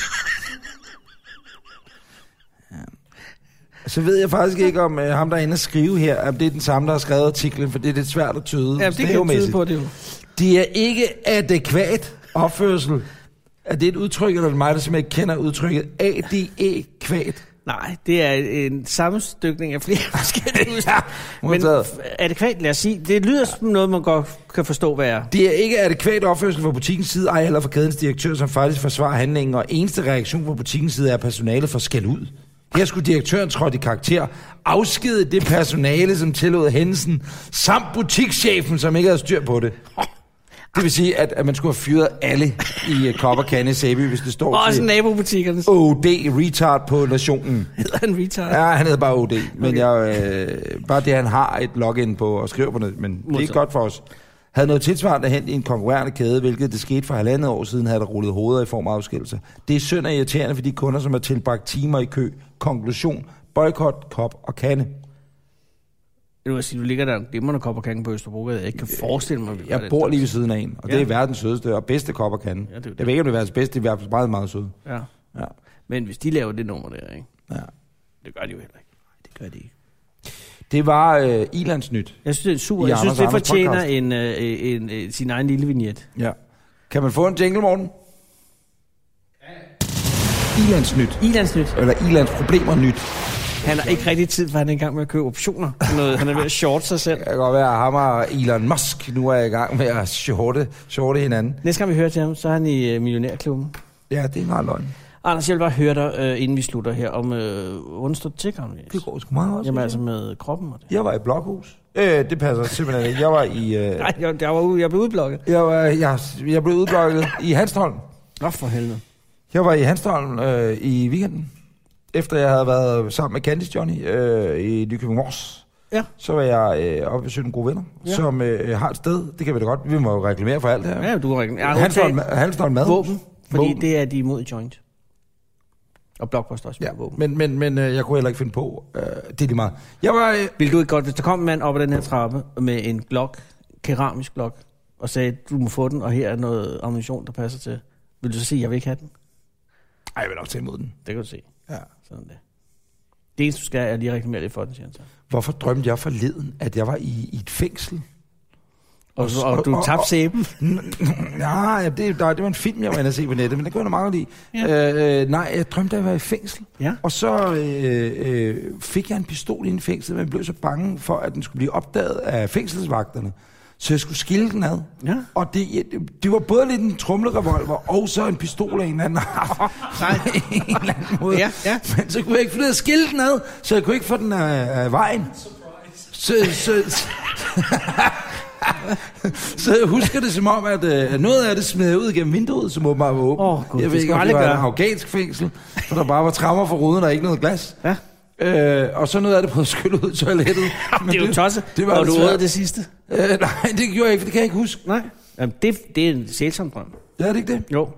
Ja. Så ved jeg faktisk ikke, om øh, ham, der er inde at skrive her, om det er den samme, der har skrevet artiklen, for det er lidt svært at tyde. Ja, det kan jeg tyde på, det jo. Det er ikke adækvat opførsel. Er det et udtryk, eller er det mig, der simpelthen ikke kender udtrykket adækvat? Nej, det er en sammenstykning af flere forskellige udtryk. Men modtaget. adækvat, lad os sige, det lyder som noget, man godt kan forstå, hvad er. Det er ikke adækvat opførsel fra butikkens side, ej heller fra kædens direktør, som faktisk forsvarer handlingen, og eneste reaktion fra butikkens side er, at personalet får skæld ud. Her skulle direktøren trådt i karakter, afskede det personale, som tillod hændelsen, samt butikschefen, som ikke havde styr på det. Det vil sige, at, at man skulle have fyret alle i uh, Kop og Kande i Sæby, hvis det står Også til nabobutikkerne. O D retard på Nationen. Hedder han retard? Ja, han hedder bare O D, men Okay. jeg, øh, bare det, han har et login på og skriver på det, men det er ikke Modtaget. godt for os. Havde noget tilsvarende hent i en konkurrerende kæde, hvilket det skete for halvandet år siden, havde der rullet hoveder i form af afskillelser. Det er synd og irriterende for de kunder, som har tilbragt timer i kø. Konklusion. Boykot, Kop og Kande. Det vil sige, du ligger der en glimrende Kop og Kande på Østerbrogade. Jeg ikke kan forestille mig, at vi gør Jeg det. bor lige ved siden af en, og Ja. det er verdens sødeste og bedste Kop og Kande. Ja, det er jo det. Jeg ved ikke, om det er verdens bedste, det er i hvert fald meget, meget søde. Ja. Ja. Men hvis de laver det nummer der, ikke? Ja. Det gør de jo heller ikke. Det gør de ikke. Det var øh, Ilandsnyt. Jeg synes, det er super. I Jeg synes, Anders det Anders fortjener podcast. en, øh, en, en, sin egen lille vignet. Ja. Kan man få en jingle, Morten? Ilandsnyt. Ilandsnyt. Eller Ilands problemer nyt. Han har ikke rigtig tid, for han er i gang med at købe optioner. Noget, han er ved at shorte sig selv. Det kan godt være, at ham og Elon Musk nu er i gang med at shorte, shorte hinanden. Næste gang vi hører til ham, så er han i uh, Millionærklubben. Ja, det er meget løgn. Anders, jeg vil bare høre dig, uh, inden vi slutter her, om uh, hvordan står det til, Karen? Det går sgu meget også. Jamen altså med kroppen og det. Jeg var i blokhus. Øh, det passer simpelthen ikke. Jeg var i... Øh, Nej, jeg, jeg, var ude, jeg blev udblokket. jeg, var, jeg, jeg blev udblokket i Hanstholm. Nå, for helvede. Jeg var i Hanstholm øh, i weekenden, efter jeg havde været sammen med Candice Johnny øh, i Nykøbing Mors. Ja. Så var jeg øh, oppe ved sytten gode venner, ja. som øh, har et sted. Det kan vi da godt. Vi må jo reklamere for alt her. Ja, du kan reklamere. Hanstholm, Hanstholm Mad. Våben, fordi Våben. det er de imod joint. Og Blockbuster også Ja, våben. men, men, men øh, jeg kunne heller ikke finde på. Øh, det er lige meget. Jeg var... Øh, Vil du ikke godt, hvis der kom en mand op ad den her trappe med en Glock, keramisk Glock, og sagde, du må få den, og her er noget ammunition, der passer til. Vil du så sige, jeg vil ikke have den? Ej, jeg vil nok tage imod den. Det kan du se. Ja. Sådan det. Det eneste, du skal, er lige reklamere lidt for den, siger han så. Hvorfor drømte jeg forleden, at jeg var i, i et fængsel? Og, og, og du tabte sæben? Nej, ja, det, der, det var en film, jeg var inde at se på nettet, men det kunne jeg meget lide. Ja. Øh, nej, jeg drømte, at jeg var i fængsel. Ja. Og så øh, øh, fik jeg en pistol inde i fængslet, men jeg blev så bange for, at den skulle blive opdaget af fængselsvagterne. Så jeg skulle skille den ad. Ja. Og det, det var både lidt en tromlerevolver, og så en pistol af en eller anden Nej. en eller anden måde. Ja, ja. Men så kunne jeg ikke finde ud af at skille den ad, så jeg kunne ikke få den af, af vejen. Så, så, så, så jeg husker det som om, at, at noget af det smed ud gennem vinduet, som åbenbart var åbent. Åh, Gud, jeg det ved ikke, om skal det var aldrig et gøre. afghansk fængsel, for der bare var trammer for ruden og ikke noget glas. Ja. Øh, og så noget af det på at skylle ud i toilettet. Men det er jo tosset, det var og du svært. åd det sidste. Øh, nej, det gjorde jeg ikke, for det kan jeg ikke huske. Nej, jamen, det, det er en sælsom drøm. Ja, er det ikke det? Jo.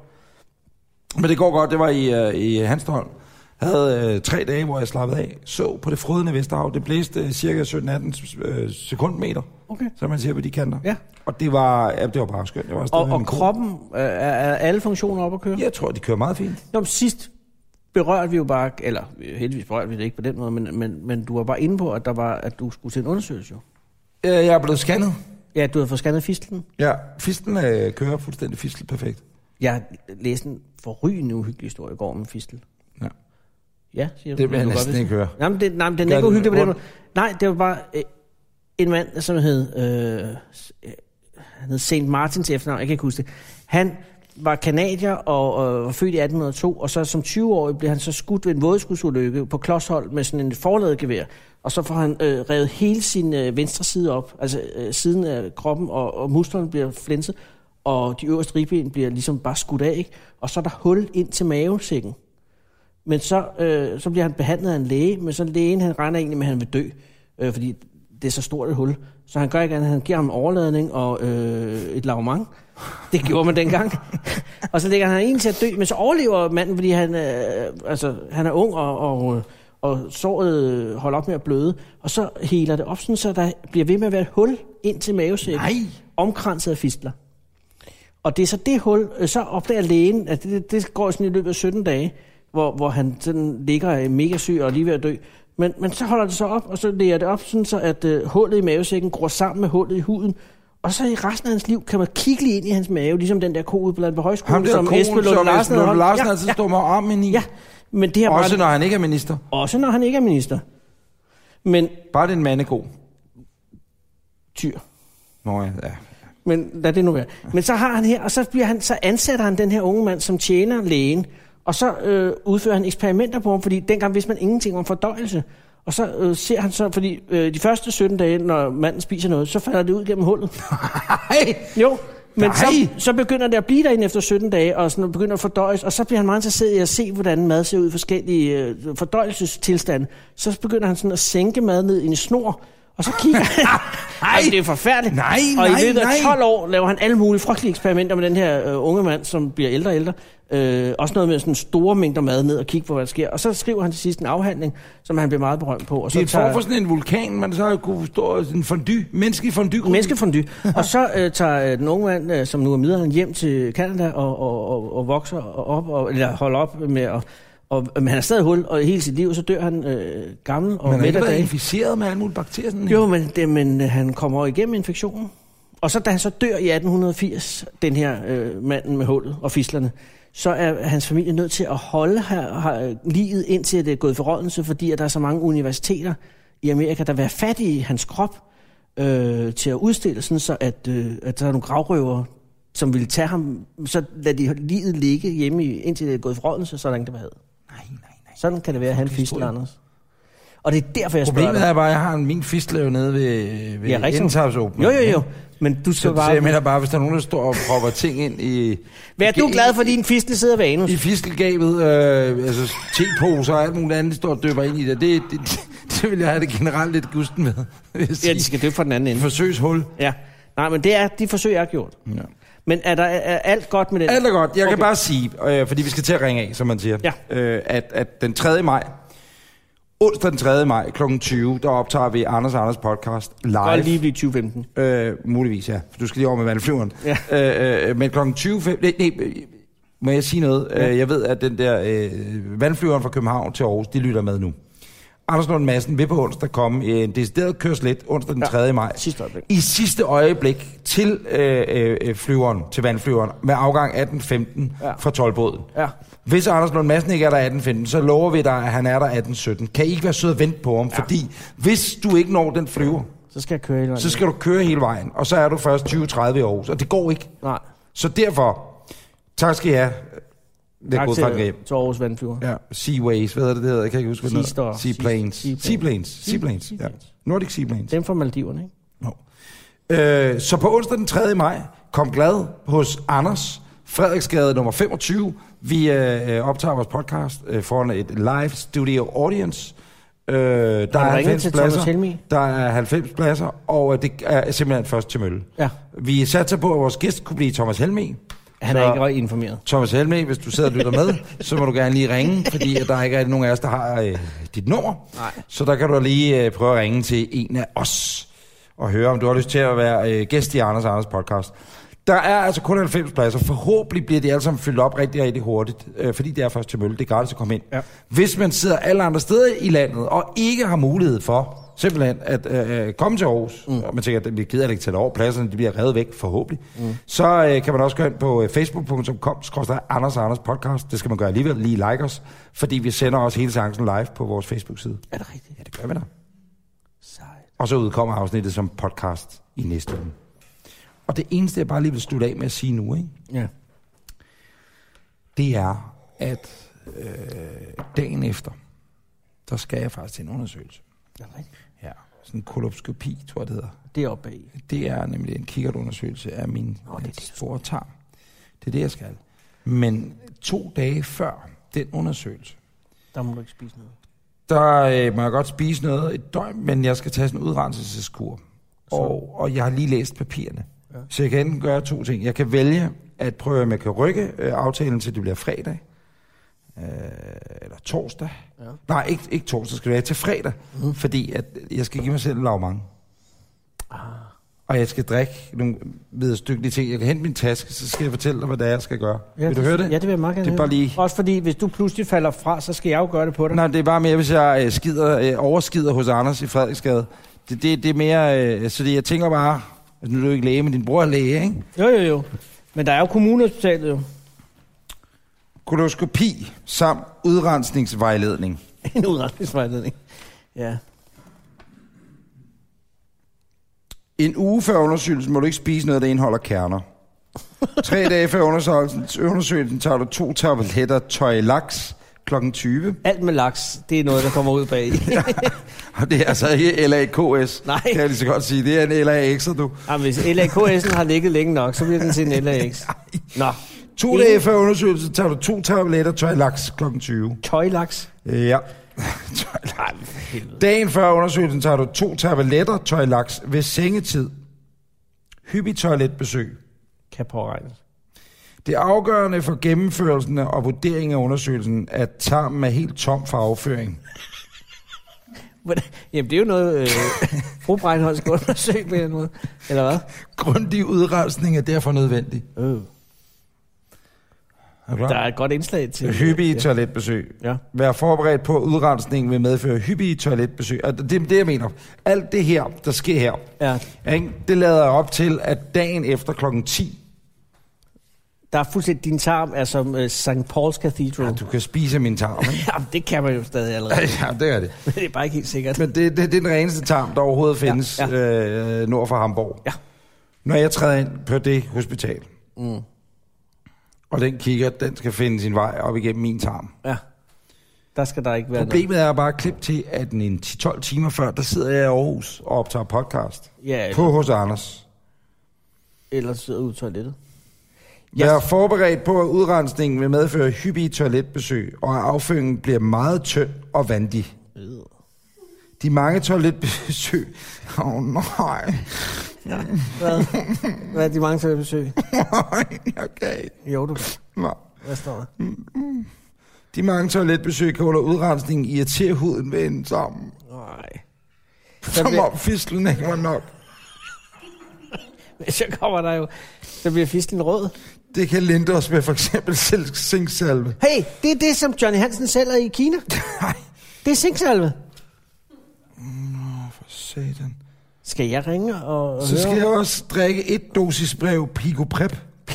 Men det går godt, det var i, uh, i Hanstholm. Jeg havde uh, tre dage, hvor jeg slappede af. Så på det frydende Vesterhav. Det blæste uh, cirka sytten atten uh, sekundmeter, Okay. som man siger på de kanter. Ja. Og det var, ja, det var bare skønt. Jeg var afsted Og, med og min kone. kroppen, øh, er, er alle funktioner op at køre? Jeg tror, de kører meget fint. Nå, men sidst berørte vi jo bare, eller heldigvis berørte vi det ikke på den måde, men, men, men du var bare inde på, at, der var, at du skulle til en undersøgelse jo. Uh, jeg er blevet scannet. Ja, du havde fået scannet fistlen. Ja, fistlen uh, kører fuldstændig fistel perfekt. Jeg læste en forrygende uhyggelig historie i går om en fistel. Ja. Ja, siger du. Det vil jeg Du næsten godt ikke høre. Nej, men, det, nej, men den Gør er ikke den uhyggelig på den rundt? måde. Nej, det var bare øh, en mand, som hed, øh, han hed Saint Martins efternavn, jeg kan ikke huske det. Han var kanadier og, og var født i atten hundrede og to, og så som tyve-årig blev han så skudt ved en vådskudsulykke på Klodshold med sådan en forladegevær. Og så får han øh, revet hele sin øh, venstre side op, altså øh, siden af kroppen, og, og musklerne bliver flænset, og de øverste ribben bliver ligesom bare skudt af, ikke? Og så er der hul ind til mavesækken. Men så, øh, så bliver han behandlet af en læge, men så lægen, han regner egentlig med, at han vil dø, øh, fordi det er så stort et hul. Så han gør ikke andet, han giver ham overladning og øh, et lavement. Det gjorde man dengang. Og så lægger han egentlig til at dø, men så overlever manden, fordi han, øh, altså, han er ung, og, og, og såret holder op med at bløde. Og så heler det op, sådan, så der bliver ved med at være et hul ind til mavesækken, Nej. omkranset af fistler. Og det er så det hul, øh, så opdager lægen, at det, det går sådan i løbet af sytten dage, hvor, hvor han sådan ligger mega syg og lige ved at dø. Men, men så holder det så op, og så læger det op, sådan så at øh, hullet i mavesækken gror sammen med hullet i huden. Og så i resten af hans liv kan man kigge lige ind i hans mave, ligesom den der ko ude blandt på højskolen, Ham der som konen, Esben Lund som Larsen Esben Lund Larsen ja, altid ja, står med armen i. ja, men det er Også bare, når han ikke er minister. også når han ikke er minister. Men Bare det er en mandeko. tyr. Nå ja, ja. Men lad det nu være. Men så har han her, og så, bliver han, så ansætter han den her unge mand, som tjener lægen. Og så øh, udfører han eksperimenter på ham, fordi dengang vidste man ingenting om fordøjelse. Og så øh, ser han så, fordi øh, de første sytten dage, når manden spiser noget, så falder det ud gennem hullet. Nej! Jo, men så, Nej. så begynder det at blive derinde efter sytten dage, og sådan, begynder at fordøjes, og så bliver han meget interesseret i at se, hvordan mad ser ud i forskellige øh, fordøjelsestilstande. Så begynder han sådan at sænke mad ned i en snor, og så kigger han. Altså, det er forfærdeligt. Nej, og nej, i løbet af nej. tolv år laver han alle mulige frygtelige eksperimenter med den her øh, unge mand, som bliver ældre og ældre. Øh, også noget med sådan store mængder mad ned og kigge på, hvad der sker. Og så skriver han til sidst en afhandling, som han bliver meget berømt på. Og Det er så en form for sådan en vulkan, man så kunne stå en fondue, menneskelig fondue. menneskefondy. Og så øh, tager øh, den unge mand, øh, som nu er middelalderen, hjem til Canada og, og, og, og vokser op, og, eller holder op med at... Og, men han har stadig hul, og hele sit liv, så dør han øh, gammel og Man har mæt ikke af været dage. inficeret med alle mulige bakterier. Sådan Jo, men, det, men øh, han kommer igennem infektionen. Og så da han så dør i atten firs, den her øh, manden med hullet og fislerne, så er hans familie nødt til at holde her, her, livet indtil det er gået i forrådnelse, fordi at der er så mange universiteter i Amerika, der vil have fat i hans krop øh, til at udstille, sådan så at, øh, at der er nogle gravrøvere, som ville tage ham, så lader de livet ligge hjemme, i, indtil det er gået i forrådnelse, sådan det var havde. Nej, nej, nej. Sådan kan det være, at han fistel, Anders. Og det er derfor, jeg spørger Problemet dig. er bare, at jeg har en min fistle jo nede ved, ved Ja, rigtig. indtagelsesåbningen. Jo, jo, jo. Men du skal Så, bare... så jeg mener bare, hvis der er nogen, der står og propper ting ind i... Vær du glad for, din fistel sidder ved anus? I fistelgabet, øh, altså teposer og alt muligt andet, de står og døber ind i det. Det, det, det, det vil jeg have det generelt lidt gusten med. Ja, de skal døbe fra den anden ende. Forsøgshul. Ja. Nej, men det er de forsøg, jeg har gjort. Ja. Men er der er alt godt med den? Alt er godt. Jeg okay. kan Okay. bare sige, øh, fordi vi skal til at ringe af, som man siger, Ja. øh, at, at den tredje maj, onsdag den tredje maj klokken tyve, der optager vi Anders og Anders podcast live. Godt lige blive tyve femten. Øh, muligvis, ja. For du skal lige over med vandflyveren. Ja. Øh, øh, men klokken tyve... Nej, nej, må jeg sige noget? Ja. Øh, jeg ved, at den der øh, vandflyveren fra København til Aarhus, de lytter med nu. Anders Lund Madsen vil på onsdag komme i en decideret kørslet onsdag den tredje maj. Sidste øjeblik. I sidste øjeblik til øh, øh, flyveren, til vandflyveren, med afgang atten femten Ja. fra tolvbåden. Ja. Hvis Anders Lund Madsen ikke er der atten femten, så lover vi dig, at han er der atten sytten. Kan I ikke være sød at vente på ham? Ja. Fordi hvis du ikke når den flyver, Så skal jeg køre hele vejen. så skal du køre hele vejen, og så er du først tyve tredive i Aarhus, og det går ikke. Nej. Så derfor, tak skal I have. Det er Tak godt til, fanget hjem. til Aarhus Vandflyver. Ja, Seaways, hvad er det, det hedder? Jeg kan ikke huske, hvad det hedder. Sea- Seaplanes. Sea- Seaplanes. Seaplanes. Sea- Ja. Seaplanes. Nordic Seaplanes. Dem fra Maldiverne, ikke? No. Øh, så på onsdag den tredje maj, kom glad hos Anders, Frederiksgade nummer femogtyve. Vi øh, optager vores podcast øh, foran et live studio audience. Øh, der, er halvfems til pladser, Thomas Helmig? der er halvfems pladser, og øh, det er simpelthen først til mølle. Ja. Vi satser på, at vores gæst kunne blive Thomas Helmig. Han er ikke rigtig informeret. Thomas Helmig, hvis du sidder og lytter med, så må du gerne lige ringe, fordi at der ikke er nogen af os, der har øh, dit nummer. Nej. Så der kan du lige øh, prøve at ringe til en af os og høre, om du har lyst til at være øh, gæst i Anders og Anders podcast. Der er altså kun halvfems pladser. Forhåbentlig bliver de alle sammen fyldt op rigtig, rigtig hurtigt, øh, fordi det er først til mølle. Det er gratis at komme ind. Ja. Hvis man sidder alle andre steder i landet og ikke har mulighed for simpelthen at øh, komme til Aarhus, mm. og man tænker, at vi gider ikke til over, pladserne de bliver revet væk, forhåbentlig, mm. så øh, kan man også gå ind på øh, facebook punktum com skråstreg Anders og Anders podcast. Det skal man gøre alligevel, lige like os, fordi vi sender også hele chancen live på vores Facebook-side. Er det rigtigt? Ja, det gør vi da. Sejt. Og så udkommer afsnittet som podcast i næste uge. Og det eneste, jeg bare lige vil slutte af med at sige nu, ikke? Ja. Det er, at øh, dagen efter, der skal jeg faktisk til en undersøgelse. Er det rigtigt? Ja, sådan en koloskopi, tror jeg det hedder. Det er oppe bag. Det er nemlig en kikkertundersøgelse af min Nå, det er det, store tarm. Det er det, jeg skal. Men to dage før den undersøgelse, Der må du ikke spise noget. der øh, må jeg godt spise noget et døgn, men jeg skal tage sådan en udrenselseskur. Og, og jeg har lige læst papirerne. Ja. Så jeg kan enten gøre to ting. Jeg kan vælge at prøve, om jeg kan rykke øh, aftalen til det bliver fredag. Øh, eller torsdag. Ja. Nej, ikke, ikke torsdag, skal det være til fredag. Mm. Fordi at jeg skal give mig selv en lavmang. Ah. Og jeg skal drikke nogle vederstykkelige ting. Jeg kan hente min taske, så skal jeg fortælle dig, hvad det er, jeg skal gøre. Ja, vil du det, høre det? Ja, det vil jeg meget gerne det er bare lige... Også fordi, hvis du pludselig falder fra, så skal jeg jo gøre det på dig. Nej, det er bare mere, hvis jeg øh, skider, øh, overskider hos Anders i Frederiksgade. Det, det, det er mere... Øh, så det, jeg tænker bare... Altså, nu er du ikke læge, men din bror er læge, ikke? Jo, jo, jo. Men der er jo kommunehospitalet jo. Koloskopi samt udrensningsvejledning. En udrensningsvejledning. Ja. En uge før undersøgelsen må du ikke spise noget, der indeholder kerner. Tre dage før undersøgelsen, undersøgelsen tager du to tabletter Tøj-Laks klokken tyve. Alt med laks, det er noget, der kommer ud bag. Ja, og det er altså ikke L A K S, Nej. kan jeg lige så godt sige. Det er en L A X'er, du. Jamen, hvis L A K S'en har ligget længe nok, så bliver den til en L A X. Nå. To en... dage før undersøgelsen tager du to tabletter Tøj-Laks klokken tyve. Tøj-Laks? Ja. Dagen før undersøgelsen tager du to tabletter Tøj-Laks ved sengetid. Hyppig toiletbesøg. Kan påregnes. Det er afgørende for gennemførelsen og vurderingen af undersøgelsen, at tarmen er helt tom for afføring. Jamen, det er jo noget, øh, fru Breinholt skal undersøge på en måde. Eller hvad? Grundig udrensning er derfor nødvendig. Øh. Er Der er et godt indslag til... Hyppige ja. toiletbesøg. Ja. Vær forberedt på, at udrensningen vil medføre hyppige toiletbesøg. Og det er det, jeg mener. Alt det her, der sker her, Ja. ikke? Det lader op til, at dagen efter klokken ti... Der er fuldstændig... Din tarm er som uh, Sankt Paul's Cathedral. Ja, du kan spise min tarm, ikke? Jamen, det kan man jo stadig allerede. Ja, det er det. Men det er bare ikke helt sikkert. Men det, det, det er den reneste tarm, der overhovedet findes ja, ja. Øh, nord for Hamburg. Ja. Når jeg træder ind på det hospital, mm. og den kigger, den skal finde sin vej op igennem min tarm. Ja. Der skal der ikke være Problemet noget. er bare klip til, at en ti til tolv timer før, der sidder jeg i Aarhus og optager podcast. Ja, på hos Anders. eller sidder ude i toilettet. Jeg er forberedt på, at udrensningen vil medføre hyppige toiletbesøg, og at afføringen bliver meget tynd og vandig. De mange toiletbesøg... Åh, oh, nej. Hvad? Hvad er de mange toiletbesøg? Okay. Jo, du Nå. Hvad står der? De mange toiletbesøg kan under udrensningen irritere huden ved en sammen. Nej. Som bliver... om fistlen ikke var nok. Så kommer der jo... Så bliver fistlen rød. Det kan lindres med for eksempel zinksalve. Hey, det er det, som Johnny Hansen sælger i Kina. Nej. Det er zinksalve. Nå, for satan. Skal jeg ringe og, og Så høre? skal jeg også drikke et dosis brev Pico Prep.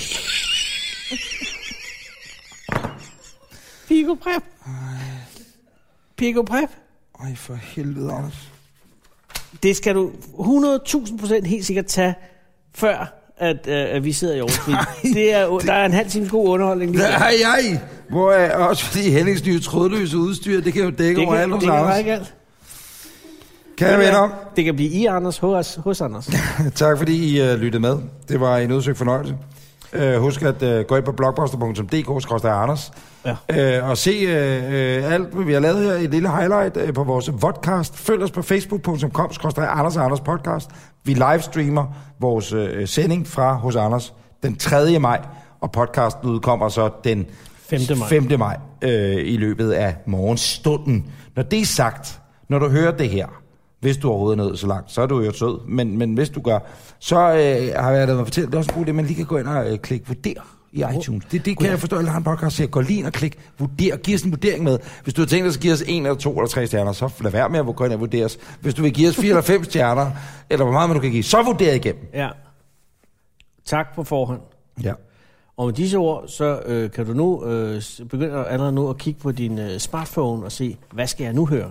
Pico Prep. Pico Prep. Ej, for helvede, Anders. Det skal du hundrede tusind procent helt sikkert tage, før at, øh, at vi sidder i Aarhus. Det er, der er en halv times god underholdning. Lige Der er jeg. Hvor er også fordi Hennings nye trådløse udstyr, det kan jo dække det over kan, alt hos det kan Anders. være ikke alt. Kære venner, Det kan blive i Anders hos, hos Anders. tak fordi I uh, lyttede med. Det var en udsøgt fornøjelse. Uh, husk at uh, gå ind på blogbuster punktum d k skråstreg Anders Ja. uh, og se uh, uh, alt, hvad vi har lavet her. Et lille highlight uh, på vores vodcast. Følg os på facebook punktum com skråstreg Anders og Anders podcast. Vi livestreamer vores uh, sending fra hos Anders den tredje maj, og podcasten udkommer så den femte maj, femte maj uh, i løbet af morgenstunden. Når det er sagt, når du hører det her, hvis du overhovedet er nået så langt, så er du jo sød. Men, men hvis du gør, så øh, har jeg lavet mig fortælle, det er også en god idé, man lige kan gå ind og øh, klikke vurder i iTunes. Det, det kan jeg forstå, at jeg har en podcast, så jeg går lige ind og klikke vurder, giver os en vurdering med. Hvis du har tænkt dig at give os en eller to eller tre stjerner, så lad være med at gå ind og vurdere os. Hvis du vil give os fire eller fem stjerner, eller hvor meget man du kan give, så vurder igennem. Ja. Tak på forhånd. Ja. Og med disse ord, så øh, kan du nu øh, begynde allerede nu at kigge på din øh, smartphone og se, hvad skal jeg nu høre?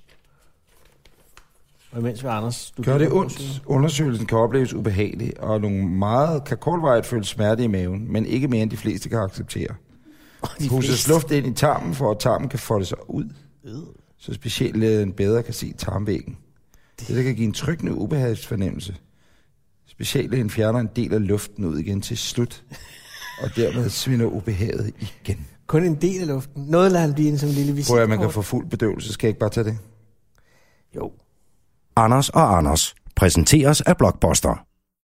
Og imens vi Anders... Du Gør det ondt. Undersøgelsen kan opleves ubehagelig, og nogle meget kan kortvarigt føle smerte i maven, men ikke mere end de fleste kan acceptere. Puses luft ind i tarmen, for at tarmen kan folde sig ud, så speciallægen bedre kan se tarmvæggen. Det der kan give en trykkende ubehagsfornemmelse. Speciallægen fjerner en del af luften ud igen til slut, og dermed svinder ubehaget igen. Kun en del af luften. Noget lader han blive en som en lille visitkort. Prøv at man kan få fuld bedøvelse. Skal jeg ikke bare tage det? Jo. Anders og Anders præsenteres af Blockbuster.